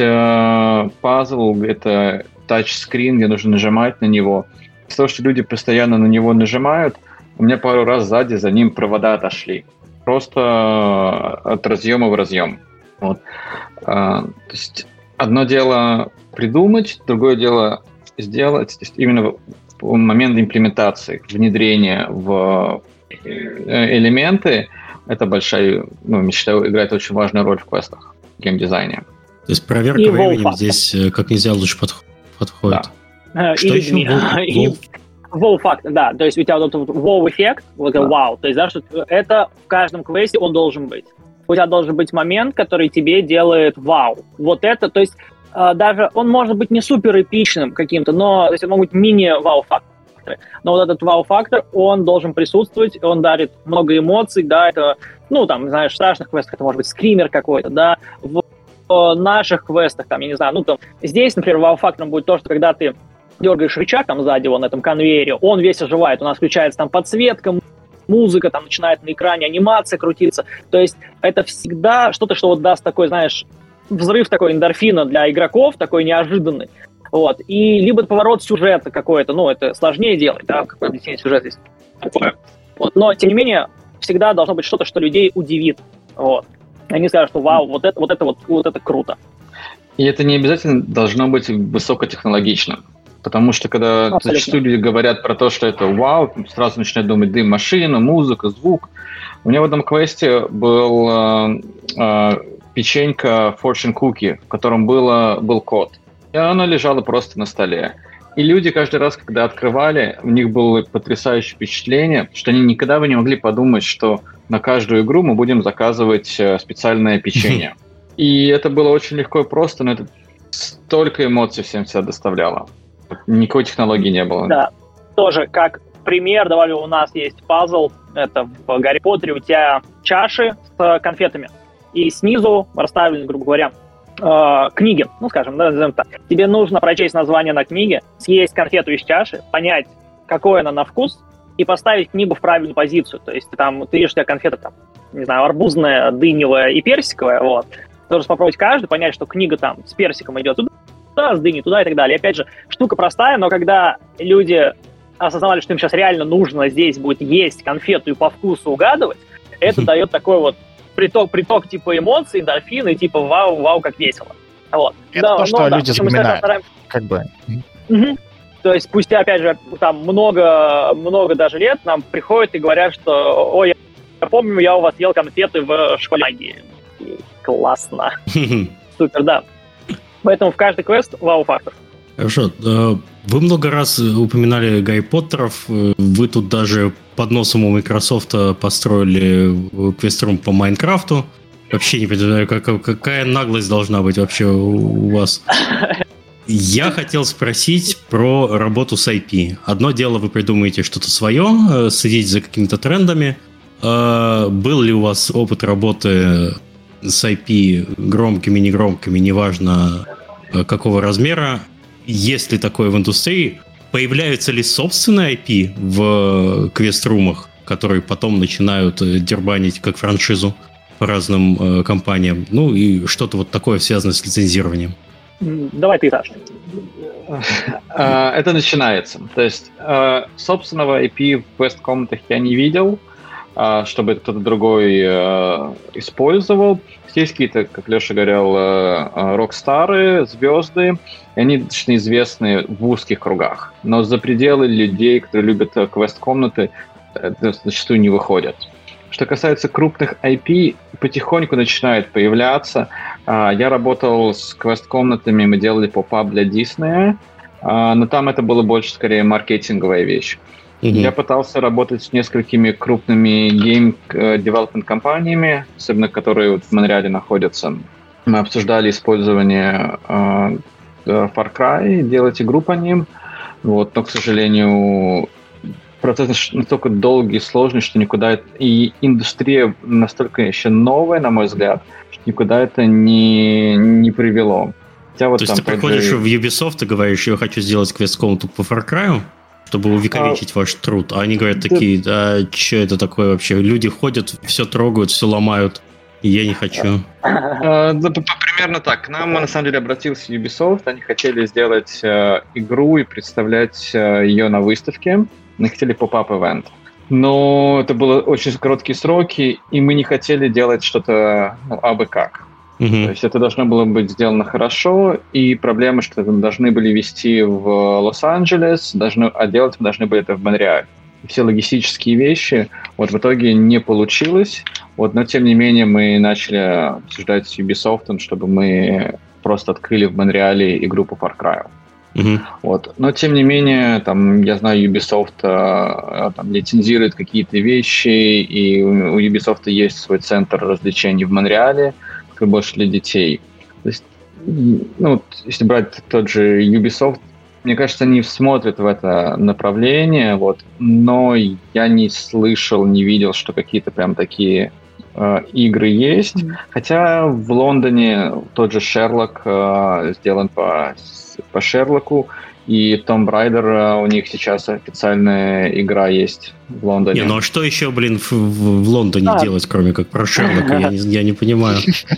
пазл, это тачскрин, где нужно нажимать на него. Из-за того, что люди постоянно на него нажимают, у меня пару раз сзади за ним провода отошли. Просто от разъема в разъем. Вот. То есть одно дело придумать, другое дело сделать. То есть именно в момент имплементации, внедрения в элементы, это большая, я считаю, играет очень важную роль в квестах, в геймдизайне. То есть проверка временем здесь как нельзя лучше подходит. Да. Что еще? Wow-фактор, да. То есть у тебя вот этот wow-эффект, вау. То есть, да, что это в каждом квесте он должен быть. У тебя должен быть момент, который тебе делает вау. Вот это, то есть даже он может быть не супер эпичным каким-то, но то есть, это могут быть мини-вау-факторы. Но вот этот вау-фактор, он должен присутствовать, он дарит много эмоций, да, это, там, знаешь, в страшных квестах это может быть скример какой-то, да, в наших квестах, там, я не знаю, там, здесь, например, вау-фактором будет то, что когда ты дергаешь рычаг там сзади, на этом конвейере, он весь оживает, у нас включается там подсветка, музыка, там начинает на экране анимация крутиться, то есть это всегда что-то, что вот даст такой, знаешь, взрыв такой эндорфина для игроков, такой неожиданный, вот, и либо поворот сюжета какой-то, это сложнее делать, да, какой объяснение сюжет здесь такое, вот, но, тем не менее, всегда должно быть что-то, что людей удивит, вот, они скажут, что вау, вот это круто. И это не обязательно должно быть высокотехнологичным. Потому что когда зачастую люди говорят про то, что это вау, сразу начинают думать дым, машина, музыка, звук. У меня в этом квесте был печенька Fortune Cookie, в котором был код. И она лежала просто на столе. И люди каждый раз, когда открывали, у них было потрясающее впечатление, что они никогда бы не могли подумать, что на каждую игру мы будем заказывать специальное печенье. И это было очень легко и просто, но это столько эмоций всем всегда доставляло. Никакой технологии не было. Да, тоже как пример, добавлю, у нас есть пазл, это в Гарри Поттере, у тебя чаши с конфетами, и снизу расставлены, грубо говоря, книги, скажем, да, назовем так. Тебе нужно прочесть название на книге, съесть конфету из чаши, понять, какой она на вкус, и поставить книгу в правильную позицию. То есть ты видишь, у тебя конфета там, не знаю, арбузная, дыневая и персиковая, вот. Должен попробовать каждую, понять, что книга там с персиком идет туда, с дыней туда и так далее. И опять же, штука простая, но когда люди осознавали, что им сейчас реально нужно здесь будет есть конфету и по вкусу угадывать, это дает такой вот приток типа эмоций, эндорфины, типа вау, как весело. Вот. Это то, что люди запоминают, как бы. Угу. То есть спустя, опять же, там много даже лет нам приходят и говорят, что ой, помню, я у вас ел конфеты в школе магии. Классно. Супер, да. Поэтому в каждый квест вау-фактор. Хорошо. Вы много раз упоминали Гарри Поттеров. Вы тут даже под носом у Microsoft построили квеструм по Майнкрафту. Вообще не понимаю, какая наглость должна быть вообще у вас. Я хотел спросить про работу с IP. Одно дело, вы придумаете что-то свое, следите за какими-то трендами. Был ли у вас опыт работы с IP громкими, негромкими, неважно какого размера? Есть ли такое в индустрии? Появляются ли собственные IP в квест-румах, которые потом начинают дербанить как франшизу по разным компаниям? Ну и что-то вот такое связанное с лицензированием. Давай ты, Саша. Это начинается. То есть собственного IP в квест-комнатах я не видел, чтобы кто-то другой использовал. Есть какие-то, как Леша говорил, рок-стары, звезды, и они достаточно известны в узких кругах. Но за пределы людей, которые любят квест-комнаты, зачастую не выходят. Что касается крупных IP, потихоньку начинают появляться. Я работал с квест-комнатами, мы делали поп-ап для Disney, но там это было больше скорее маркетинговая вещь. Я пытался работать с несколькими крупными гейм-девелопмент-компаниями, особенно которые вот в Монреале находятся. Мы обсуждали использование Far Cry, делать игру по ним, вот, но, к сожалению, процесс настолько долгий и сложный, что никуда... И индустрия настолько еще новая, на мой взгляд, что никуда это не привело. Хотя вот то есть ты приходишь в Ubisoft и говоришь, я хочу сделать квест-комнату по Far Cry, чтобы увековечить ваш труд. А они говорят такие, что это такое вообще? Люди ходят, все трогают, все ломают. И я не хочу. Примерно так. К нам, на самом деле, обратился Ubisoft. Они хотели сделать игру и представлять ее на выставке. Они хотели поп-ап-эвент. Но это были очень короткие сроки, и мы не хотели делать что-то абы как. То есть это должно было быть сделано хорошо, и проблема, что мы должны были вести в Лос-Анджелес, а делать мы должны были это в Монреале. Все логистические вещи вот в итоге не получилось, вот, но тем не менее мы начали обсуждать с Ubisoft, чтобы мы просто открыли в Монреале игру по Far Cry. Вот. Но тем не менее, там, я знаю, Ubisoft там, лицензирует какие-то вещи, и у Ubisoft есть свой центр развлечений в Монреале, который больше для детей. То есть, ну, если брать тот же Ubisoft, мне кажется, они смотрят в это направление, вот, но я не слышал, не видел, что какие-то прям такие игры есть. Хотя в Лондоне тот же Шерлок сделан по Шерлоку, и Tomb Raider, у них сейчас официальная игра есть в Лондоне. Не, ну а что еще, блин, в Лондоне делать, кроме как про Шерлока? Я не понимаю.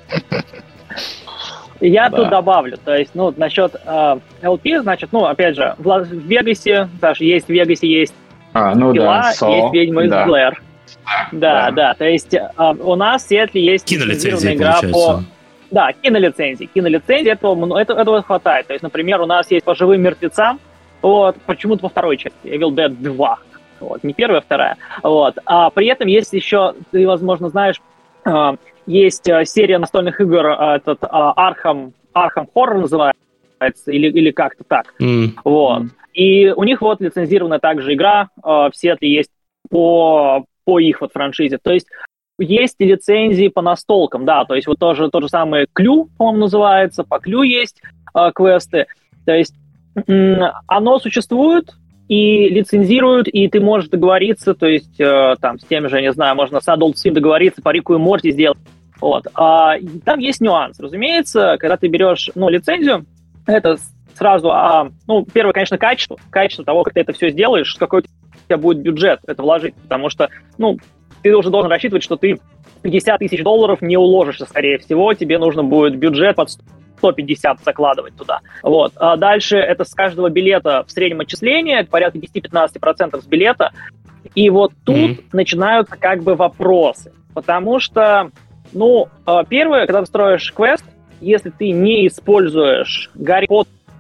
Я тут добавлю, то есть, ну, насчет LP, значит, ну, опять же, в Вегасе, Саша, есть в Вегасе, есть Пила, есть Ведьма из Блэр. Да, то есть у нас в Сиэтле есть кинолицензия игра получается. Да, кинолицензии. Этого хватает. То есть, например, у нас есть по живым мертвецам, вот, почему-то во второй части, Evil Dead 2. Вот, не первая, а вторая. Вот. А при этом есть еще, ты, возможно, знаешь, есть серия настольных игр, Arkham Horror называется, или как-то так. Вот. И у них вот лицензированная также игра в Сиэтле есть по их вот франшизе. То есть есть лицензии по настолкам, да, то есть вот тоже тот же самый Клю, по-моему, называется, по Клю есть квесты. То есть оно существует и лицензируют, и ты можешь договориться, то есть там с теми же, я не знаю, можно с Adult Swim договориться, по Рику и Морти сделать. Вот. Там есть нюанс, разумеется, когда ты берешь, ну, лицензию, это сразу, первое, конечно, качество того, как ты это все сделаешь, какой у тебя будет бюджет это вложить, потому что, ну, ты уже должен рассчитывать, что ты $50 тысяч не уложишься, скорее всего, тебе нужно будет бюджет под 150 закладывать туда. Вот. А дальше это с каждого билета в среднем отчисление, порядка 10-15% с билета, и вот тут начинаются как бы вопросы, потому что, ну, первое, когда ты строишь квест, если ты не используешь Гарри Поттер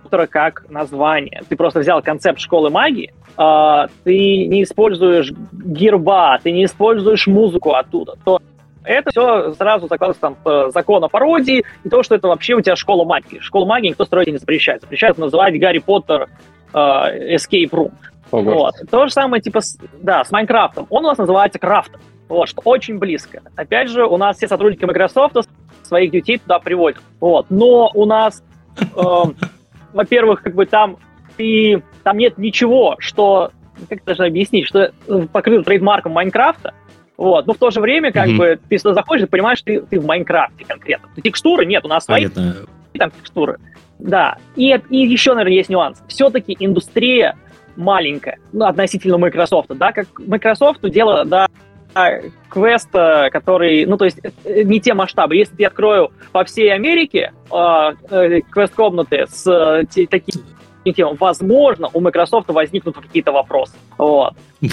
как название. Ты просто взял концепт школы магии, ты не используешь герба, ты не используешь музыку оттуда, то это все сразу закладывается там по закону о пародии, и то, что это вообще у тебя школа магии. Школу магии никто строить не запрещает. Запрещают называть Гарри Поттер Escape Room. Вот. То же самое типа с Майнкрафтом. Он у нас называется Крафтом. Вот, что очень близко. Опять же, у нас все сотрудники Microsoft своих детей туда приводят. Вот. Но у нас, во-первых, как бы там нет ничего, что, как даже объяснить, что покрыто трейдмарком Майнкрафта. Вот. Но в то же время, как бы, ты сюда заходишь и понимаешь, что ты в Майнкрафте конкретно. Текстуры нет, у нас свои там текстуры. Да. И еще, наверное, есть нюанс. Все-таки индустрия маленькая, относительно Microsoft, да, как Microsoft дело, да, квест, который, то есть не те масштабы. Если я открою по всей Америке квест-комнаты с такими темами, возможно, у Microsoft возникнут какие-то вопросы. Вот.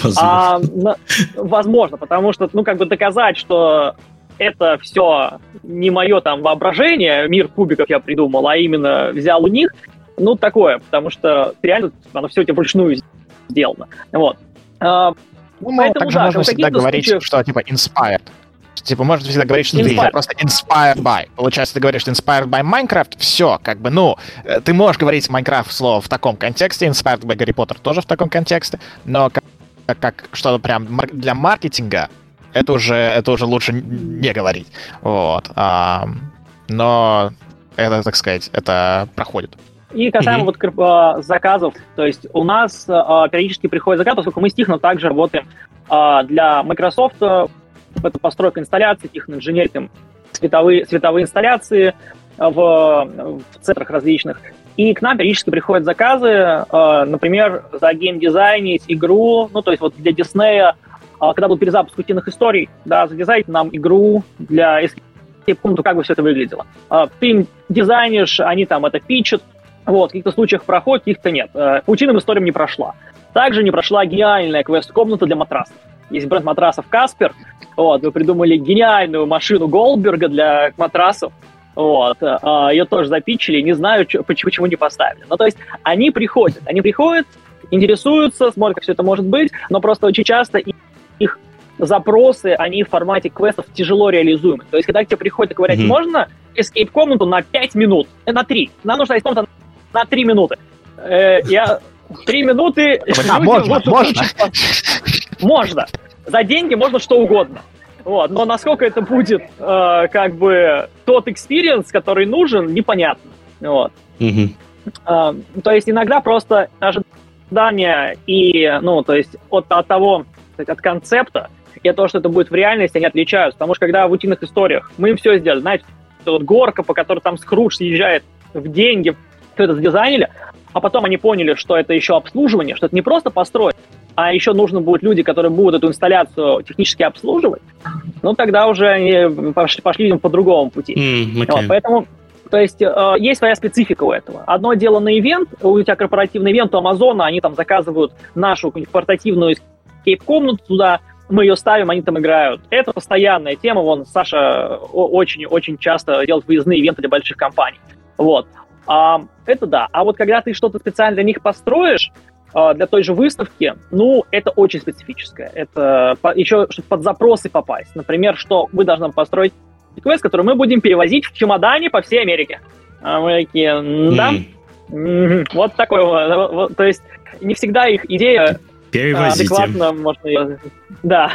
Возможно, потому что, доказать, что это все не мое там воображение, мир кубиков я придумал, а именно взял у них, такое, потому что реально оно все у тебя вручную сделано. Вот. Поэтому, также можно всегда говорить, что типа inspired. Типа, можно всегда говорить, что ты просто inspired by. Получается, ты говоришь, что inspired by Minecraft, все, ты можешь говорить Minecraft слово в таком контексте, inspired by Гарри Поттер тоже в таком контексте, но как что-то прям для маркетинга, это уже лучше не говорить. Вот. Но это, так сказать, это проходит. И касаемо заказов, то есть у нас периодически приходят заказы, поскольку мы с Тихоном также работаем для Microsoft, это постройка инсталляций, Тихон инженерит световые инсталляции в центрах различных. И к нам периодически приходят заказы, например, за геймдизайнить игру, то есть вот для Диснея, когда был перезапуск «Утиных историй», да, задизайнить нам игру для Escape Room, как бы все это выглядело. Ты им дизайнишь, они там это питчат, вот, в каких-то случаях проходит, в каких-то нет. По «Утиным историям не прошла. Также не прошла гениальная квест-комната для матрасов. Есть бренд матрасов Каспер. Вот, мы придумали гениальную машину Голдберга для матрасов. Вот, ее тоже запитчили, не знаю, почему не поставили. То есть они приходят, интересуются, смотрят, как все это может быть, но просто очень часто их запросы, они в формате квестов тяжело реализуемы. То есть когда к тебе приходят и говорят, можно эскейп-комнату на 5 минут, на 3, нам нужна комната на 3 минуты. 3 минуты... Можно. За деньги можно что угодно. Вот. Но насколько это будет тот экспириенс, который нужен, непонятно. Вот. То есть иногда просто ожидания и, то есть от того, от концепта и от того, что это будет в реальности, они отличаются. Потому что когда в «Утиных историях» мы им все сделали, знаете, горка, по которой там Скрудж съезжает в деньги, все это задизайнили, а потом они поняли, что это еще обслуживание, что это не просто построить, а еще нужно будут люди, которые будут эту инсталляцию технически обслуживать, тогда уже они пошли по другому пути. Вот, поэтому, то есть, есть своя специфика у этого. Одно дело на ивент, у тебя корпоративный ивент у Амазона, они там заказывают нашу портативную эскейп-комнату туда, мы ее ставим, они там играют. Это постоянная тема, Саша очень-очень часто делает выездные ивенты для больших компаний. Вот. Это да. А вот когда ты что-то специально для них построишь, для той же выставки, это очень специфическое. Это еще, чтобы под запросы попасть. Например, что вы должны построить квест, который мы будем перевозить в чемодане по всей Америке. А мы такие, да? Вот такое. То есть не всегда их идея адекватно можно ее... Да.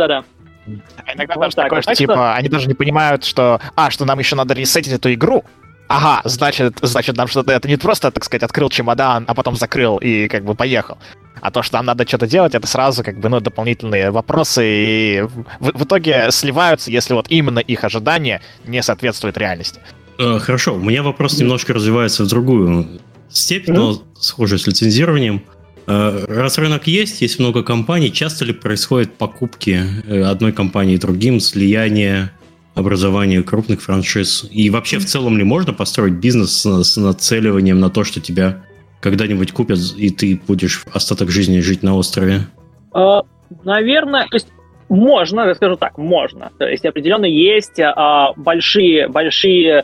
Иногда даже такое, что типа они даже не понимают, что нам еще надо ресетить эту игру. Ага, значит, нам что-то... Это не просто, так сказать, открыл чемодан, а потом закрыл и поехал. А то, что нам надо что-то делать, это сразу дополнительные вопросы, и в итоге сливаются, если вот именно их ожидания не соответствуют реальности. Хорошо, у меня вопрос немножко развивается в другую степень, но схоже с лицензированием. Раз рынок есть много компаний, часто ли происходят покупки одной компании другим, слияние, образование крупных франшиз? И вообще в целом ли можно построить бизнес с нацеливанием на то, что тебя когда-нибудь купят, и ты будешь остаток жизни жить на острове? Наверное, то есть можно, я скажу так, можно. То есть определенно есть большие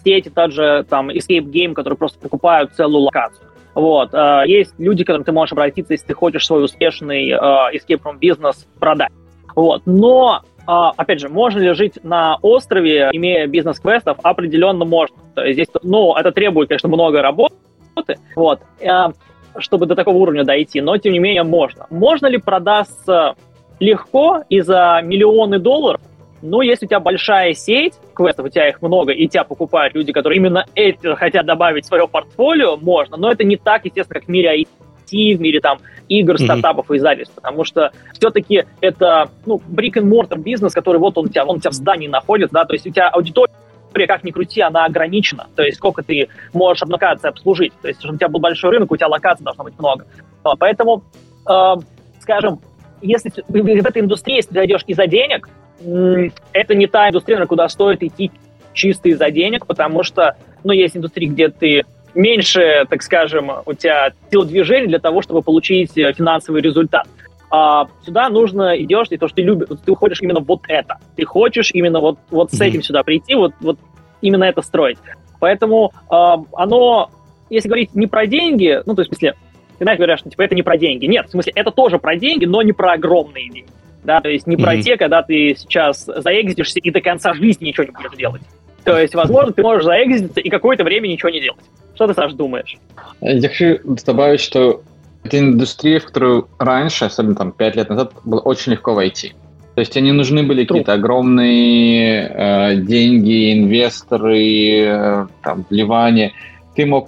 сети, тот же там Escape Game, которые просто покупают целую локацию. Вот. Есть люди, к которым ты можешь обратиться, если ты хочешь свой успешный Escape Room бизнес продать. Вот. Но, опять же, можно ли жить на острове, имея бизнес-квестов? Определенно можно. То есть здесь, это требует, конечно, много работы, вот, чтобы до такого уровня дойти, но, тем не менее, можно. Можно ли продаться легко и за миллионы долларов? Ну, если у тебя большая сеть квестов, у тебя их много, и тебя покупают люди, которые именно эти хотят добавить в свое портфолио, можно. Но это не так, естественно, как в мире IT, в мире там игр, стартапов и издательств, потому что все-таки это, brick-and-mortar бизнес, который вот он у тебя в здании находится, да, то есть у тебя аудитория, как ни крути, она ограничена, то есть сколько ты можешь локации обслужить, то есть чтобы у тебя был большой рынок, у тебя локаций должно быть много. Поэтому, скажем, если в этой индустрии, если ты зайдешь из-за денег, это не та индустрия, куда стоит идти чисто из-за денег, потому что, есть индустрии, где ты меньше, так скажем, у тебя телодвижений для того, чтобы получить финансовый результат. А сюда нужно идешь, и то, что ты любишь, ты уходишь именно вот это. Ты хочешь именно вот с этим сюда прийти, вот именно это строить. Поэтому оно, если говорить не про деньги, то есть, в смысле, ты знаешь, говорят, что это не про деньги. Нет, в смысле, это тоже про деньги, но не про огромные деньги. Да, то есть не про те, когда ты сейчас заэкзитишься и до конца жизни ничего не будешь делать. То есть, возможно, ты можешь заэкзититься и какое-то время ничего не делать. Что ты, Саш, думаешь? Я хочу добавить, что это индустрия, в которую раньше, особенно там 5 лет назад, было очень легко войти. То есть тебе не нужны были какие-то огромные деньги, инвесторы, вливания. Ты мог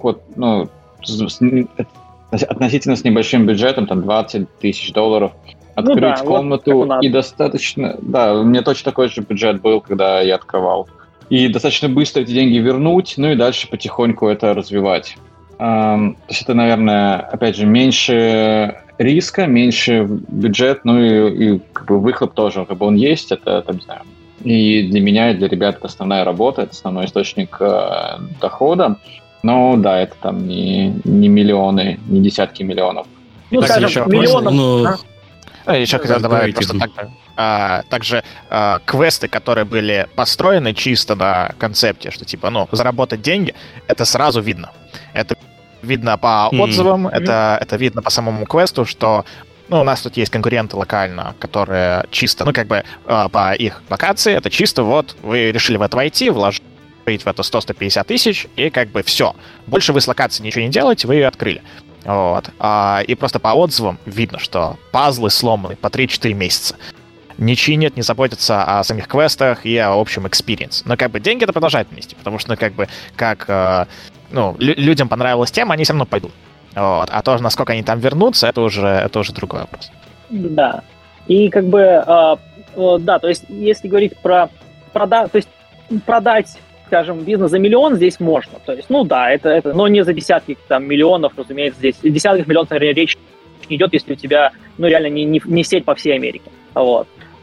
относительно с небольшим бюджетом, там 20 тысяч долларов, открыть комнату, и достаточно... Да, у меня точно такой же бюджет был, когда я открывал. И достаточно быстро эти деньги вернуть, и дальше потихоньку это развивать. То есть это, наверное, опять же, меньше риска, меньше бюджет, и выхлоп тоже, он есть, это, не знаю. И для меня, и для ребят это основная работа, это основной источник дохода. Но да, это там не миллионы, не десятки миллионов. Скажем, миллионов... Еще хотел добавить просто также квесты, которые были построены чисто на концепте, что заработать деньги, это сразу видно. Это видно по отзывам, это видно по самому квесту, что у нас тут есть конкуренты локально, которые чисто, по их локации, это чисто вы решили в это войти, вложить в это 100-150 тысяч, и все. Больше вы с локацией ничего не делаете, вы ее открыли. Вот. И просто по отзывам видно, что пазлы сломаны по 3-4 месяца. Не чинят, не заботятся о самих квестах и о общем экспириенс. Но деньги это продолжает нести, потому что, людям понравилась тема, они все равно пойдут. Вот. А то, насколько они там вернутся, это уже другой вопрос. Да. И то есть, если говорить про продать, скажем, бизнес за миллион здесь можно. То есть, это, но не за десятки миллионов, разумеется, здесь десятков миллионов, наверное, речь не идет, если у тебя, реально не сеть по всей Америке. Вот.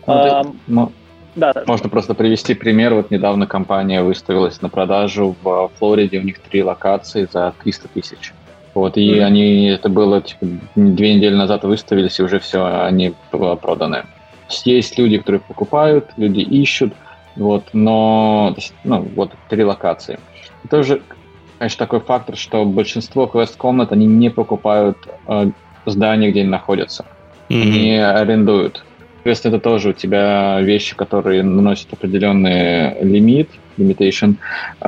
Можно просто привести пример. Недавно компания выставилась на продажу в Флориде, у них 3 локации за 300 тысяч. И они, это было 2 недели назад выставились, и уже все, они проданы. Есть люди, которые покупают, люди ищут, но 3 локации. И тоже, конечно, такой фактор, что большинство квест-комнат, они не покупают здание, где они находятся. Они арендуют. Соответственно, это тоже у тебя вещи, которые наносят определенный limitation.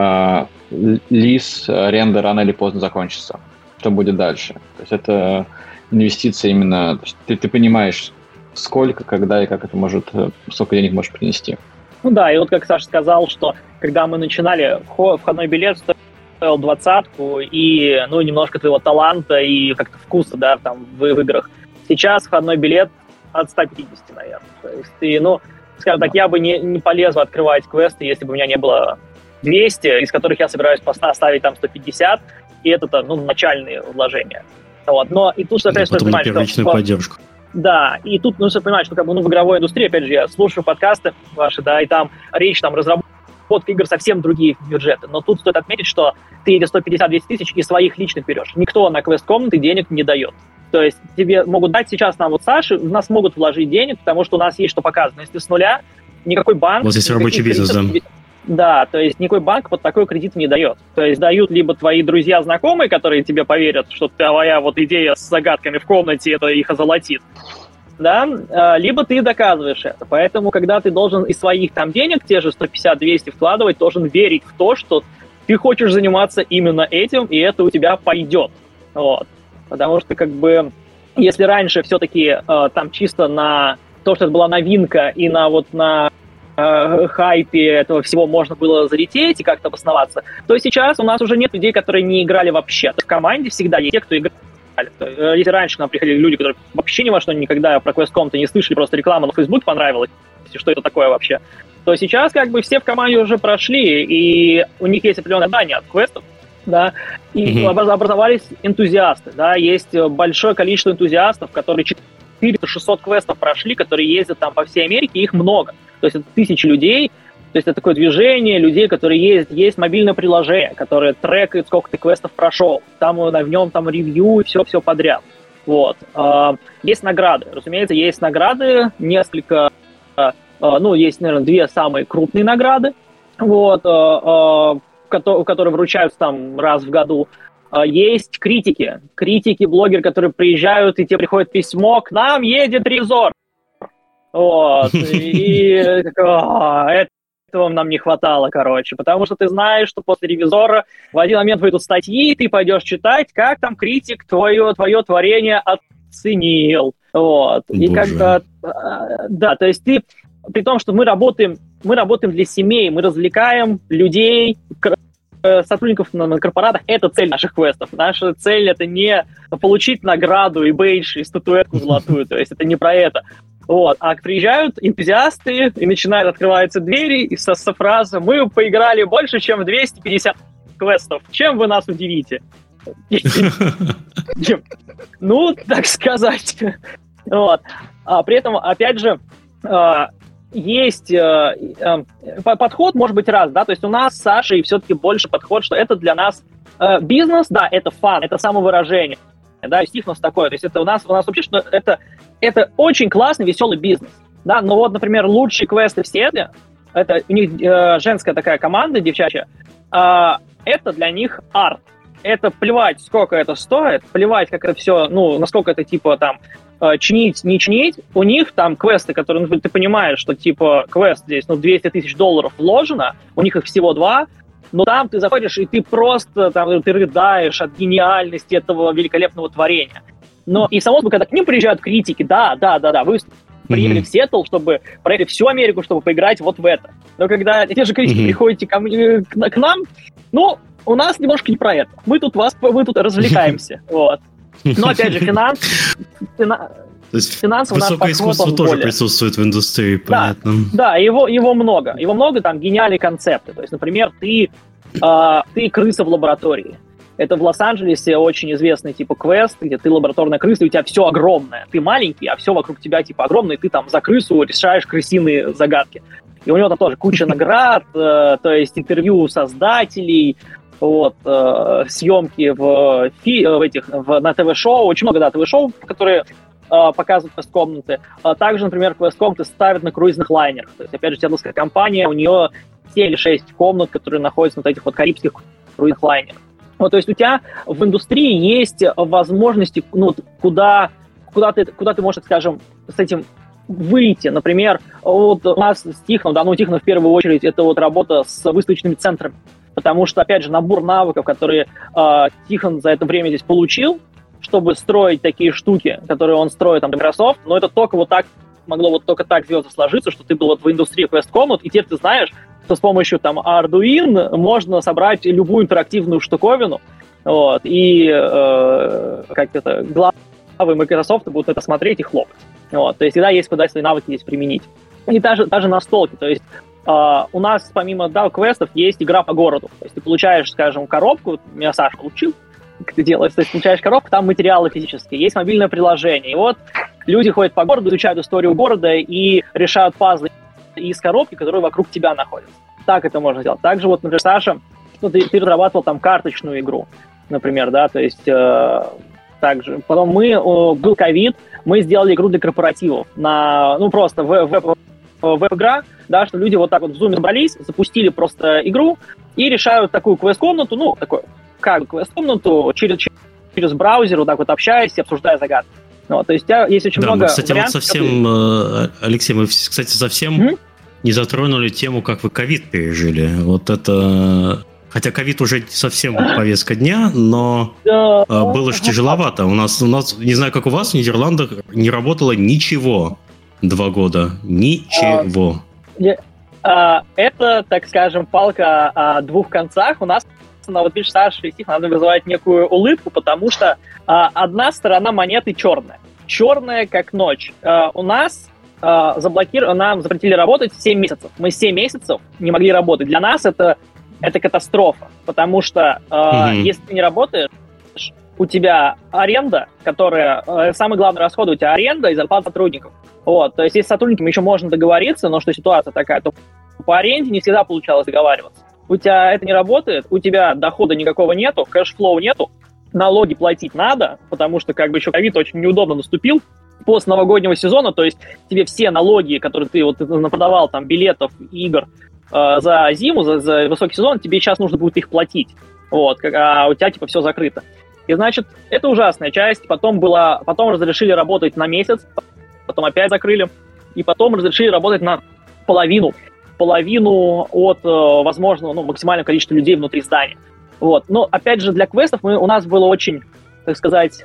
Лиз, аренда рано или поздно закончится. Что будет дальше? То есть это инвестиция именно... Ты понимаешь, сколько, когда и как это может... Сколько денег можешь принести. И как Саша сказал, что когда мы начинали, входной билет стоил 20-ку, и немножко твоего таланта и как-то вкуса, да, в играх. Сейчас входной билет от 150, наверное. То есть ты, скажем так, я бы не полезу открывать квесты, если бы у меня не было 200, из которых я собираюсь оставить 150, и это начальные вложения. Но и тут, опять же, понимать, что... поддержку. Да, и тут нужно понимать, что в игровой индустрии, опять же, я слушаю подкасты ваши, да, и там речь, разработка игр совсем другие бюджеты. Но тут стоит отметить, что ты эти 150-200 тысяч из своих личных берешь. Никто на квест-комнаты денег не дает. То есть тебе могут дать сейчас нам Саши, в нас могут вложить денег, потому что у нас есть что показано. Если с нуля, никакой банк... У вас есть рабочий бизнес, да. Да, то есть никакой банк под такой кредит не дает. То есть дают либо твои друзья-знакомые, которые тебе поверят, что твоя вот идея с загадками в комнате, это их озолотит. Да, либо ты доказываешь это. Поэтому, когда ты должен из своих там денег, те же 150-200 вкладывать, должен верить в то, что ты хочешь заниматься именно этим, и это у тебя пойдет. Вот. Потому что, как бы, если раньше все-таки там чисто на то, что это была новинка, и на хайпе этого всего можно было залететь и как-то обосноваться, то сейчас у нас уже нет людей, которые не играли вообще. В команде всегда есть те, кто играли. Если раньше к нам приходили люди, которые вообще ни во что никогда про QuestCom-то не слышали, просто реклама на Facebook понравилась, что это такое вообще, то сейчас как бы все в команде уже прошли, и у них есть определенное ожидание от квестов, да, и образовались энтузиасты, да, есть большое количество энтузиастов, которые 400-600 квестов прошли, которые ездят там по всей Америке, их много. То есть это тысячи людей, то есть это такое движение людей, которые ездят. Есть мобильное приложение, которое трекает, сколько ты квестов прошел. Там в нем там ревью и все подряд. Вот. Есть награды. Разумеется, есть награды, несколько, есть, наверное, 2 самые крупные награды, вот, которые вручаются там раз в году. Есть критики, блогеры, которые приезжают, и тебе приходит письмо: к нам едет ревизор. Вот. И этого нам не хватало, короче. Потому что ты знаешь, что после ревизора в один момент выйдут статьи, и ты пойдешь читать, как там критик твое творение оценил. Вот. Боже. И как-то... Да, то есть ты... При том, что мы работаем для семей, мы развлекаем людей, сотрудников на корпоратах. Это цель наших квестов. Наша цель — это не получить награду и бейдж, и статуэтку золотую. То есть это не про это. Вот. А приезжают энтузиасты, и открываются двери, и со фразой: мы поиграли больше, чем в 250 квестов. Чем вы нас удивите? Ну, так сказать. Вот. А при этом, опять же, есть подход, может быть, раз, да, то есть у нас с Сашей все-таки больше подход, что это для нас бизнес, да, это фан, это самовыражение, да, и стих у нас такое, то есть это у нас вообще, что это очень классный, веселый бизнес, да, но вот, например, лучшие квесты в Сиэтле, это у них женская такая команда, девчачья, это для них арт, это плевать, сколько это стоит, плевать, как это все, насколько это, типа, там, чинить, не чинить, у них там квесты, которые, ты понимаешь, что типа квест здесь, $200 тысяч вложено, у них их всего 2, но там ты заходишь, и ты просто, там, ты рыдаешь от гениальности этого великолепного творения. Но и само собой, когда к ним приезжают критики, да, вы приехали в Сиэтл, чтобы проехали всю Америку, чтобы поиграть вот в это. Но когда те же критики приходите к нам, у нас немножко не про это. Мы тут развлекаемся, вот. Но, опять же, финансово высокое искусство тоже присутствует в индустрии, понятно. Да, его много. Его много, там гениальные концепты. То есть, например, ты крыса в лаборатории. Это в Лос-Анджелесе очень известный типа квест, где ты лабораторная крыса, и у тебя все огромное. Ты маленький, а все вокруг тебя типа огромное, и ты там за крысу решаешь крысиные загадки. И у него там тоже куча наград, то есть интервью создателей, вот, съемки на ТВ-шоу, очень много, да, ТВ-шоу, которые показывают квест-комнаты. Также, например, квест-комнаты ставят на круизных лайнерах. То есть, опять же, сиэтлская компания, у нее 7 или 6 комнат, которые находятся на этих вот карибских круизных лайнерах. Вот, то есть у тебя в индустрии есть возможности, куда ты можешь, скажем, с этим выйти. Например, вот у нас с Тихоном, Тихон в первую очередь, это вот работа с выставочными центрами. Потому что, опять же, набор навыков, которые Тихон за это время здесь получил, чтобы строить такие штуки, которые он строит там, Microsoft, но это только вот так могло вот только так звезды сложиться, что ты был вот в индустрии QuestCom, и теперь ты знаешь, что с помощью там Arduino можно собрать любую интерактивную штуковину, вот, и главы Microsoft будут это смотреть и хлопать. Вот, то есть всегда есть куда свои навыки здесь применить. И даже настолки, то есть у нас помимо квестов есть игра по городу. То есть ты получаешь, скажем, коробку, меня Саша учил, как это делается, то есть получаешь коробку, там материалы физические, есть мобильное приложение. И вот люди ходят по городу, изучают историю города и решают пазлы из коробки, которые вокруг тебя находятся. Так это можно сделать. Также вот, например, Саша, ты разрабатывал там карточную игру, например, да, то есть также. Потом был ковид, мы сделали игру для корпоративов на, просто веб-игра, да, что люди вот так вот в Zoom собрались, запустили просто игру и решают такую квест-комнату, ну, такую, как квест-комнату, через браузер, вот так вот общаясь и обсуждая загадки. Ну, то есть у тебя есть очень много кстати, вариантов. Вот совсем, Алексей, мы, кстати, совсем не затронули тему, как вы ковид пережили. Вот это... Хотя ковид уже совсем повестка дня, но было же тяжеловато. У нас, не знаю, как у вас, в Нидерландах не работало ничего 2 года. Ничего. Это, так скажем, палка о 2 концах. У нас, вот видишь, Саша и Стих, надо вызывать некую улыбку, потому что одна сторона монеты черная. Черная, как ночь. У нас нам запретили работать 7 месяцев. Мы 7 месяцев не могли работать. Для нас это катастрофа, потому что если ты не работаешь, у тебя аренда, которая... самый главный расход у тебя аренда и зарплата сотрудников. Вот, то есть если с сотрудниками еще можно договориться, но что ситуация такая, то по аренде не всегда получалось договариваться. У тебя это не работает, у тебя дохода никакого нету, кэшфлоу нету, налоги платить надо, потому что как бы еще ковид очень неудобно наступил после новогоднего сезона, то есть тебе все налоги, которые ты вот продавал, там, билетов, игр, за зиму, за высокий сезон, тебе сейчас нужно будет их платить. Вот, а у тебя типа все закрыто. И значит, это ужасная часть. Потом разрешили работать на месяц, потом опять закрыли, и потом разрешили работать на половину от возможного, максимального количества людей внутри здания. Вот. Но опять же, для квестов у нас было очень, так сказать,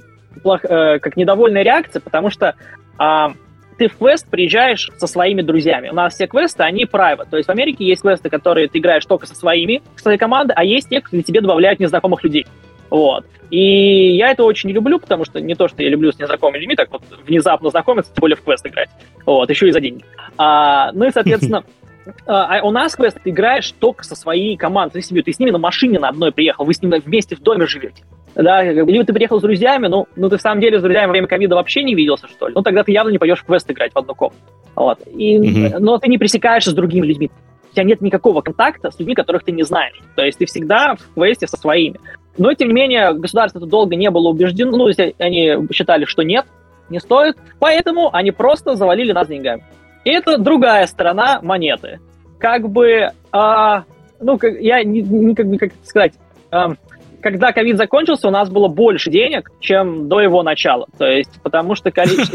как недовольная реакция, потому что ты в квест приезжаешь со своими друзьями. У нас все квесты, они private. То есть в Америке есть квесты, которые ты играешь только со своей командой, а есть те, где тебе добавляют незнакомых людей. Вот. И я это очень не люблю, потому что не то, что я люблю с незнакомыми людьми, так вот внезапно знакомиться, тем более в квест играть. Вот, еще и за деньги. Ну и, соответственно, у нас квест ты играешь только со своей командой, ты с ними на машине на одной приехал, вы с ними вместе в доме живете. Да, либо ты приехал с друзьями, ты в самом деле с друзьями во время ковида вообще не виделся, что ли? Тогда ты явно не пойдешь в квест играть в одну комнату. Вот. Но ты не пересекаешься с другими людьми. У тебя нет никакого контакта с людьми, которых ты не знаешь. То есть ты всегда в квесте со своими. Но, тем не менее, государство тут долго не было убеждено, если они считали, что нет, не стоит, поэтому они просто завалили нас деньгами. И это другая сторона монеты. Как сказать... Когда ковид закончился, у нас было больше денег, чем до его начала. То есть, потому что количество...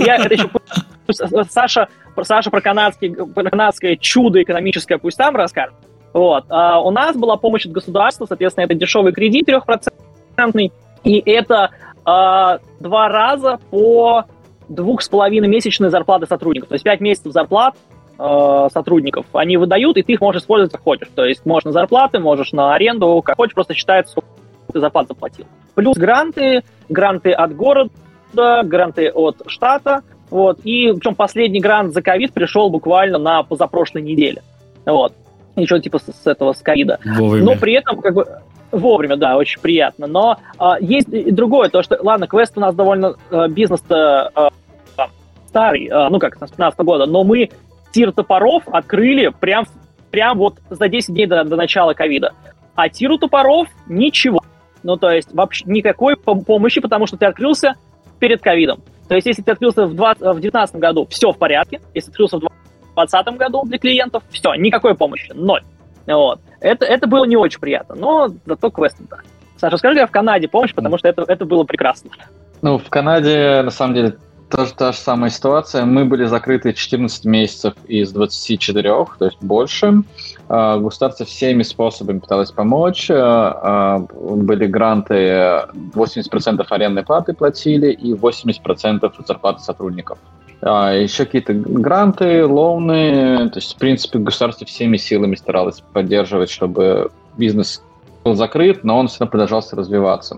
Саша про канадское чудо экономическое пусть там расскажет. Вот. У нас была помощь от государства, соответственно, это дешевый кредит 3%, и это 2 раза по 2,5-месячной зарплаты сотрудников. То есть 5 месяцев зарплат сотрудников они выдают, и ты их можешь использовать как хочешь. То есть можешь на зарплаты, можешь на аренду, как хочешь, просто считается, сколько ты зарплат заплатил. Плюс гранты от города, гранты от штата. Вот. И причем последний грант за ковид пришел буквально на позапрошлой неделе. Вот. Ничего типа с ковида. Вовремя. Но при этом вовремя, да, очень приятно. Но есть и другое, то что, ладно, квест у нас довольно бизнес-то старый, с 2015 года, но мы тир топоров открыли прям вот за 10 дней до начала ковида. А тиру топоров ничего. То есть вообще никакой помощи, потому что ты открылся перед ковидом. То есть если ты открылся в 2019 году, все в порядке. Если ты открылся в 2020 году для клиентов, все, никакой помощи, 0. Вот. Это было не очень приятно, но зато квест да. Саша, скажи, в Канаде помощь, потому что это было прекрасно. В Канаде, на самом деле, тоже та же самая ситуация. Мы были закрыты 14 месяцев из 24, то есть больше. Государство всеми способами пыталось помочь. Были гранты, 80% арендной платы платили и 80% зарплаты сотрудников. Еще какие-то гранты, лоуны. То есть, в принципе, государство всеми силами старалось поддерживать, чтобы бизнес был закрыт, но он все равно продолжался развиваться.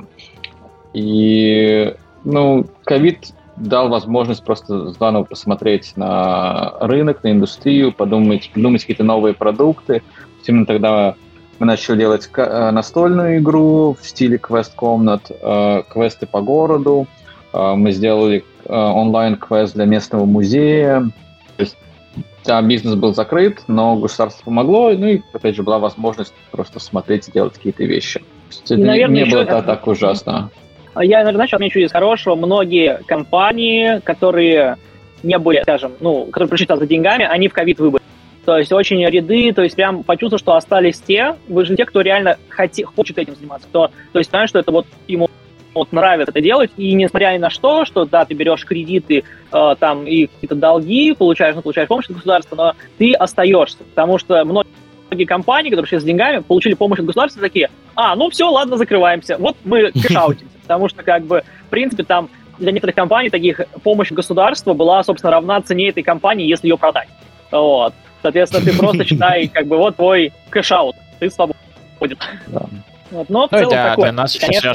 И, ковид дал возможность просто заново посмотреть на рынок, на индустрию, подумать какие-то новые продукты. Именно тогда мы начали делать настольную игру в стиле квест-комнат, квесты по городу. Мы сделали онлайн-квест для местного музея. То есть, бизнес был закрыт, но государство помогло, и, опять же, была возможность просто смотреть и делать какие-то вещи. Это не было так ужасно. Я, наверное, начал отмечу из хорошего. Многие компании, которые не были, скажем, которые пришли туда за деньгами, они в ковид выбыли. То есть очень ряды, то есть прям почувствовал, что остались выжили те, кто реально хочет этим заниматься. То есть знаешь, что это вот ему нравится это делать, и несмотря ни на что, да, ты берешь кредиты, там, и какие-то долги, получаешь помощь от государства, но ты остаешься, потому что многие компании, которые пришли с деньгами, получили помощь от государства, такие, все, ладно, закрываемся, вот мы кэшаутимся, потому что, в принципе, там для некоторых компаний таких помощь государства была, собственно, равна цене этой компании, если ее продать. Вот. Соответственно, ты просто считай, вот твой кэш-аут, ты свободен. Да. Вот. Но в целом такое. Для нас конечно...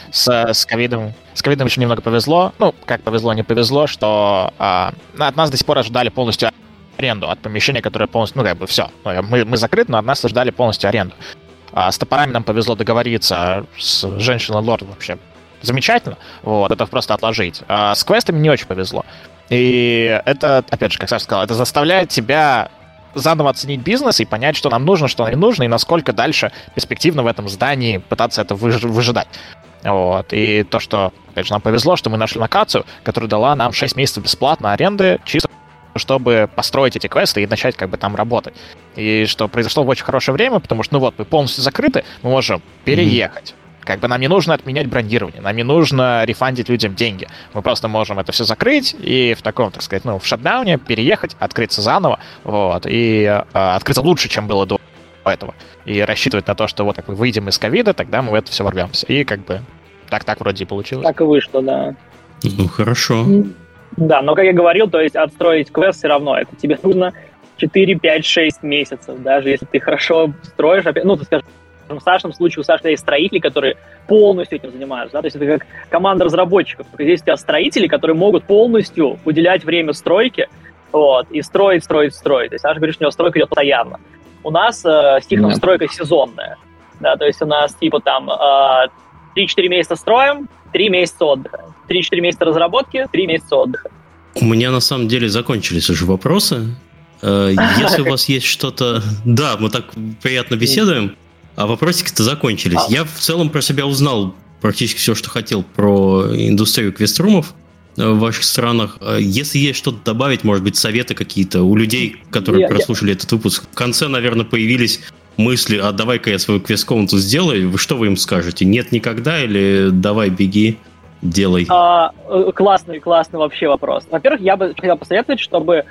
с ковидом еще немного повезло. Как повезло, не повезло, что от нас до сих пор ожидали полностью аренду от помещения, которое полностью, все. Мы закрыты, но от нас ожидали полностью аренду. С топорами нам повезло договориться с женщиной-лордом вообще замечательно. Вот, это просто отложить. С квестами не очень повезло. И это, опять же, как Саша сказал, это заставляет тебя заново оценить бизнес и понять, что нам нужно, что нам не нужно, и насколько дальше перспективно в этом здании пытаться это выжидать. Вот. И то, что, опять же, нам повезло, что мы нашли локацию, которая дала нам 6 месяцев бесплатно аренды, чисто чтобы построить эти квесты и начать там работать. И что произошло в очень хорошее время, потому что, мы полностью закрыты, мы можем переехать. Нам не нужно отменять брондирование, нам не нужно рефандить людям деньги. Мы просто можем это все закрыть и в таком, так сказать, в шатдауне переехать, открыться заново, вот, и открыться лучше, чем было до этого. И рассчитывать на то, что как мы выйдем из ковида, тогда мы в это все ворвемся. И так вроде и получилось. Так и вышло, да. Хорошо. Да, но, как я говорил, то есть отстроить квест все равно, это тебе нужно 4, 5, 6 месяцев, даже если ты хорошо строишь, ты скажешь, в Сашином случае у Саши есть строители, которые полностью этим занимаются, да, то есть это как команда разработчиков. Только здесь у тебя строители, которые могут полностью уделять время стройке, вот, и строить. То есть Саша говорит, что у него стройка идет постоянно. У нас с Тихоном стройка сезонная, да, то есть у нас 3-4 месяца строим, 3 месяца отдыха. 3-4 месяца разработки, 3 месяца отдыха. У меня на самом деле закончились уже вопросы. Если у вас есть что-то... Да, мы так приятно беседуем. А вопросики-то закончились. Я в целом про себя узнал практически все, что хотел про индустрию квеструмов в ваших странах. Если есть что-то добавить, может быть, советы какие-то у людей, которые прослушали этот выпуск. В конце, наверное, появились мысли, давай-ка я свою квест-комнату сделаю. Что вы им скажете? Нет никогда или давай, беги, делай? Классный вообще вопрос. Во-первых, я бы хотел посоветовать, чтобы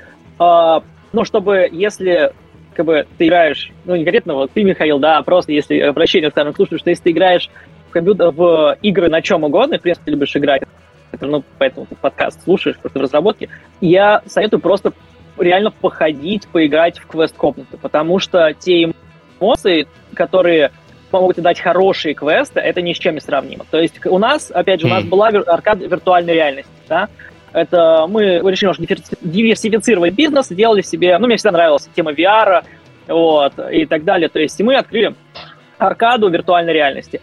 если... ты играешь, не конкретно ты, Михаил, да, просто если обращение к старым слушателям, что если ты играешь в игры на чем угодно, в принципе, любишь играть, поэтому ты подкаст слушаешь, просто в разработке, я советую просто реально походить, поиграть в квест-комнаты, потому что те эмоции, которые могут дать хорошие квесты, это ни с чем не сравнимо. То есть у нас была аркада виртуальной реальности, да, это мы решили немножко диверсифицировать бизнес, сделали себе... мне всегда нравилась тема VR, вот, и так далее. То есть мы открыли аркаду виртуальной реальности.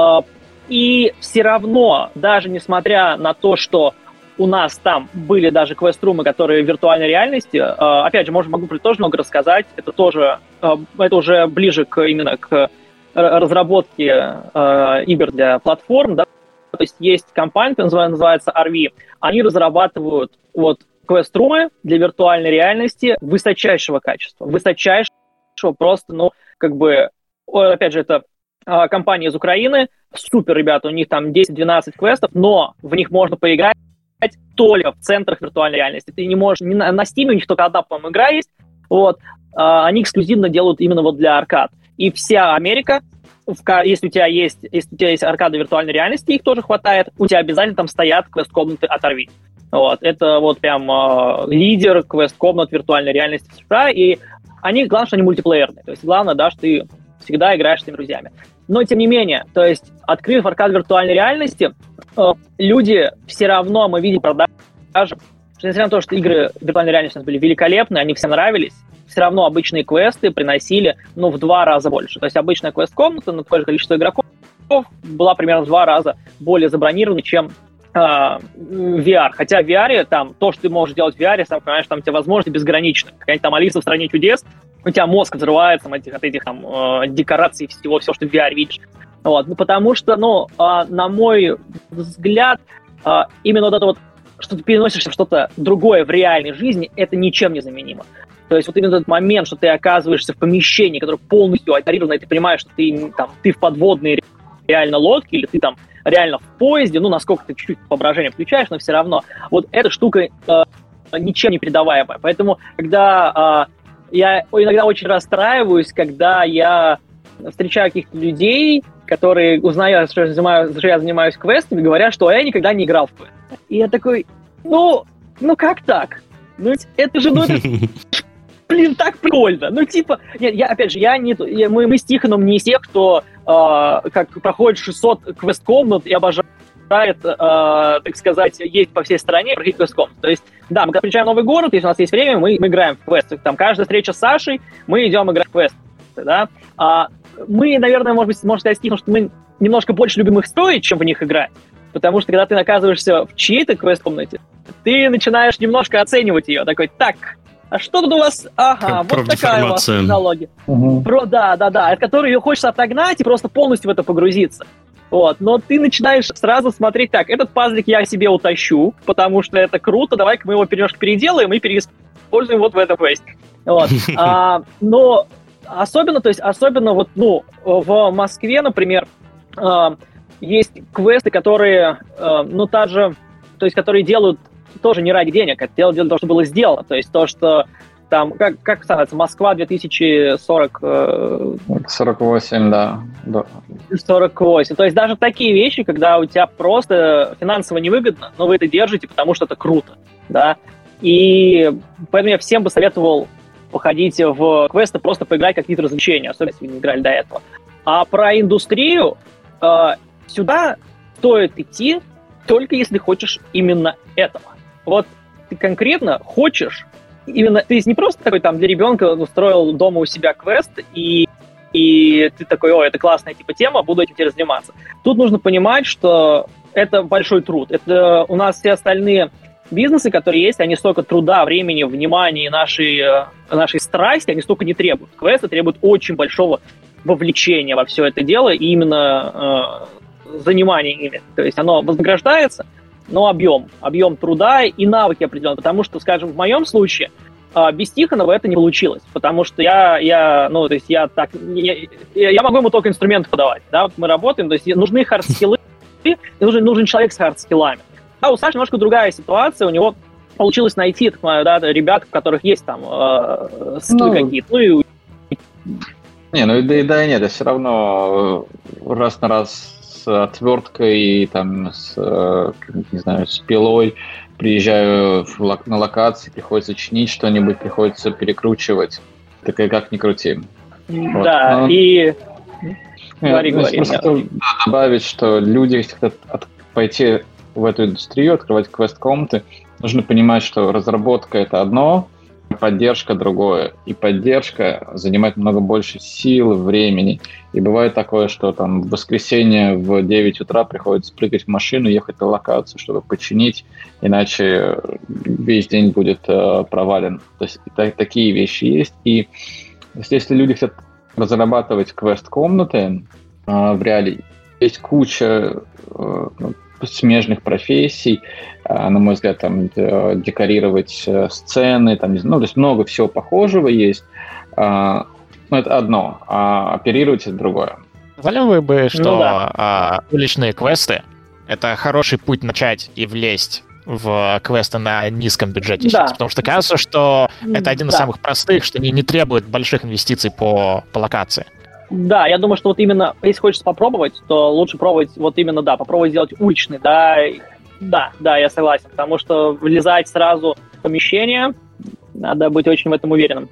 И все равно, даже несмотря на то, что у нас там были даже квест-румы, которые в виртуальной реальности, опять же, могу тоже много рассказать, это уже ближе именно к разработке игр для платформ, да. То есть есть компания, которая называется RV. Они разрабатывают квест-румы для виртуальной реальности высочайшего качества. Высочайшего просто, опять же, это компания из Украины. Супер, ребята, у них там 10-12 квестов, но в них можно поиграть только в центрах виртуальной реальности. Ты не можешь... На Steam у них только одна, по-моему, игра есть. Вот. Они эксклюзивно делают именно для аркад. И вся Америка... Если у тебя есть аркада виртуальной реальности, их тоже хватает, у тебя обязательно там стоят квест-комнаты от RV. Вот. Это прям лидер квест-комнат виртуальной реальности в США, и главное, что они мультиплеерные. То есть главное, да, что ты всегда играешь с своими друзьями. Но, тем не менее, то есть, открыв аркаду виртуальной реальности, люди все равно, мы видим продажи, что несмотря на то, что игры виртуальной реальности у нас были великолепны, они всем нравились, все равно обычные квесты приносили, в 2 раза больше. То есть обычная квест-комната на такое же количество игроков была примерно в 2 раза более забронирована, чем VR. Хотя в VR, там, то, что ты можешь делать в VR, сам понимаешь, там у тебя возможности безграничны. Какая-нибудь там Алиса в стране чудес, у тебя мозг взрывается от этих декораций, всего, все, что в VR видишь. Вот. Потому что, на мой взгляд, именно что ты переносишься в что-то другое в реальной жизни, это ничем не заменимо. То есть вот именно этот момент, что ты оказываешься в помещении, которое полностью ориентировано, и ты понимаешь, что ты в подводной реально лодке, или ты там реально в поезде, ну, насколько ты чуть-чуть воображение включаешь, но все равно. Вот эта штука ничем не передаваемая. Поэтому, когда я иногда очень расстраиваюсь, когда я встречаю каких-то людей, которые узнают, что я занимаюсь квестами, говорят, что я никогда не играл в квест. И я такой, ну как так? Ну, это же, блин, так прикольно. Ну, типа, нет, мы с Тихоном не из тех, кто как проходит 600 квест-комнат и обожает, так сказать, есть по всей стране проходить квест-комнат. То есть, да, мы когда приезжаем в новый город, если у нас есть время, мы играем в квесты. Там каждая встреча с Сашей, мы идем играть в квесты, да. Мы, наверное, можно сказать с Тихоном, что мы немножко больше любим их строить, чем в них играть. Потому что, когда ты оказываешься в чьей-то квест-комнате, ты начинаешь немножко оценивать ее. Такой, так, а что тут у вас? Ага, вот такая у вас технология. Да, от которой ее хочется отогнать и просто полностью в это погрузиться. Вот. Но ты начинаешь сразу смотреть, так, этот пазлик я себе утащу, потому что это круто, давай-ка мы его немножко переделаем и переиспользуем вот в этом квесте. Вот. Но особенно вот, в Москве, например, есть квесты, которые, которые делают тоже не ради денег, это дело то, что было сделано. То есть то, что там, как называется, Москва 2040... 48, да. 48. То есть даже такие вещи, когда у тебя просто финансово невыгодно, но вы это держите, потому что это круто, да. И поэтому я всем бы советовал походить в квесты, просто поиграть какие-то развлечения, особенно если вы не играли до этого. А про индустрию сюда стоит идти только если хочешь именно этого. Вот ты конкретно хочешь именно... Ты не просто такой там для ребенка устроил дома у себя квест, и ты такой, это классная типа тема, буду этим теперь заниматься. Тут нужно понимать, что это большой труд. Это у нас все остальные бизнесы, которые есть, они столько труда, времени, внимания, нашей страсти, они столько не требуют. Квесты требуют очень большого вовлечения во все это дело, и именно занимания ими. То есть оно вознаграждается, но объем труда и навыки определенные. Потому что, скажем, в моем случае без Тихонова это не получилось, потому что я могу ему только инструменты подавать, да, мы работаем, то есть нужны хардскиллы, нужен человек с хардскиллами. А у Саши немножко другая ситуация, у него получилось найти, так понимаю, да, ребят, у которых есть там скиллы какие-то, это все равно раз на раз с отверткой и там с пилой приезжаю на локации, приходится чинить что-нибудь, приходится перекручивать. Так и как ни крути. Да, вот. И... Говори. Просто добавить, что люди хотят пойти в эту индустрию, открывать квест-комнаты, нужно понимать, что разработка — это одно, поддержка — другое. И поддержка занимает много больше сил, времени. И бывает такое, что там в воскресенье в 9 утра приходится прыгать в машину, ехать на локацию, чтобы починить, иначе весь день будет провален. То есть такие вещи есть. И если люди хотят разрабатывать квест-комнаты в реале, есть куча смежных профессий, на мой взгляд, там декорировать сцены, там, то есть много всего похожего есть. Это одно, а оперировать это другое. Сказали вы бы, что уличные квесты — это хороший путь начать и влезть в квесты на низком бюджете сейчас, потому что кажется, что это один из самых простых, что не требует больших инвестиций по локации. Да, я думаю, что вот именно, если хочется попробовать, то лучше пробовать попробовать сделать уличный, да, я согласен, потому что влезать сразу в помещение, надо быть очень в этом уверенным.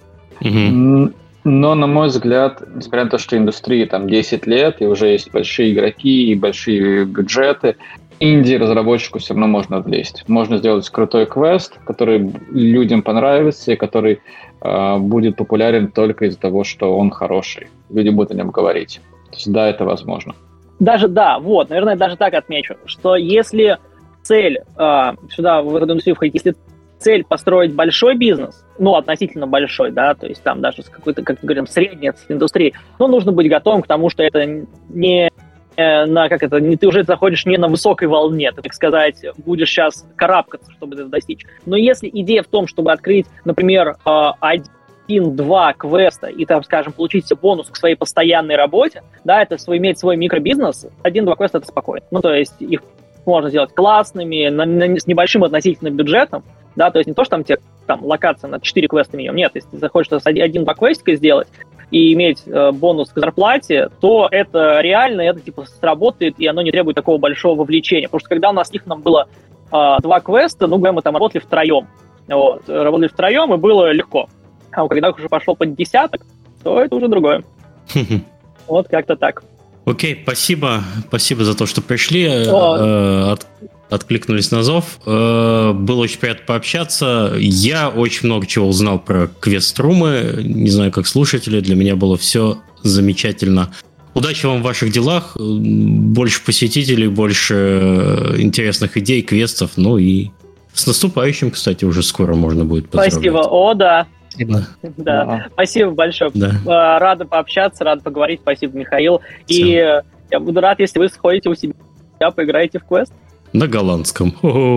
Но, на мой взгляд, несмотря на то, что индустрии там 10 лет, и уже есть большие игроки и большие бюджеты, инди-разработчику все равно можно влезть. Можно сделать крутой квест, который людям понравится и который будет популярен только из-за того, что он хороший. Люди будут о нем говорить. То есть, да, это возможно. Наверное, даже так отмечу, что если цель сюда, в эту индустрию входить, если цель построить большой бизнес, относительно большой, да, то есть там даже с какой-то, как мы говорим, средней индустрии, нужно быть готовым к тому, что это не ты уже заходишь не на высокой волне, ты, так сказать, будешь сейчас карабкаться, чтобы это достичь. Но если идея в том, чтобы открыть, например, 1-2 квеста и, там, скажем, получить бонус к своей постоянной работе, да, это иметь свой микробизнес, 1-2 квеста это спокойно. Ну, то есть их можно сделать классными, с небольшим относительно бюджетом, да, то есть не то, что тебе там локация на 4 квеста минимум, нет, если ты захочешь 1-2 квестика сделать и иметь бонус к зарплате, то это реально, это типа сработает, и оно не требует такого большого вовлечения. Потому что когда у нас с Тихоном было 2 квеста, мы там работали втроем. Работали втроем, и было легко. А когда уже пошло под десяток, то это уже другое. Вот как-то так. Окей, спасибо. Спасибо за то, что пришли, откликнулись на зов. Было очень приятно пообщаться. Я очень много чего узнал про квест-румы. Не знаю, как слушатели. Для меня было все замечательно. Удачи вам в ваших делах. Больше посетителей, больше интересных идей, квестов. Ну и с наступающим, кстати, уже скоро можно будет поздравлять. Спасибо. Да. Спасибо. Да. Спасибо большое. Да. Рада пообщаться, рада поговорить. Спасибо, Михаил. Все. И я буду рад, если вы сходите у себя, поиграете в квест. На голландском.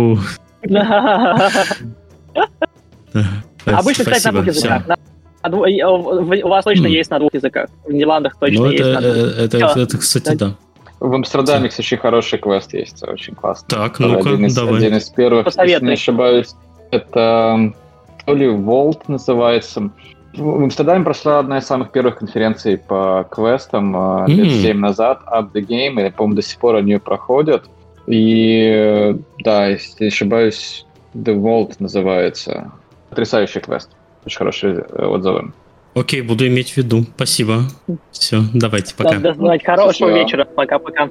Обычно, кстати, на 2 языках. У вас точно есть на 2 языках. В Нидерландах точно есть на 2 языках. Это, кстати, да. В Амстердаме, кстати, очень хороший квест есть, очень классно. Так, ну-ка, давай. Один из первых, если не ошибаюсь, это то ли Vault называется. В Амстердаме прошла одна из самых первых конференций по квестам лет 7 назад, Up the Game, и, по-моему, до сих пор они ее проходят. И да, если не ошибаюсь, The Vault называется. Потрясающий квест. Очень хорошие отзывы. Окей, буду иметь в виду. Спасибо. Все, давайте, пока. Хорошего вечера. Пока-пока.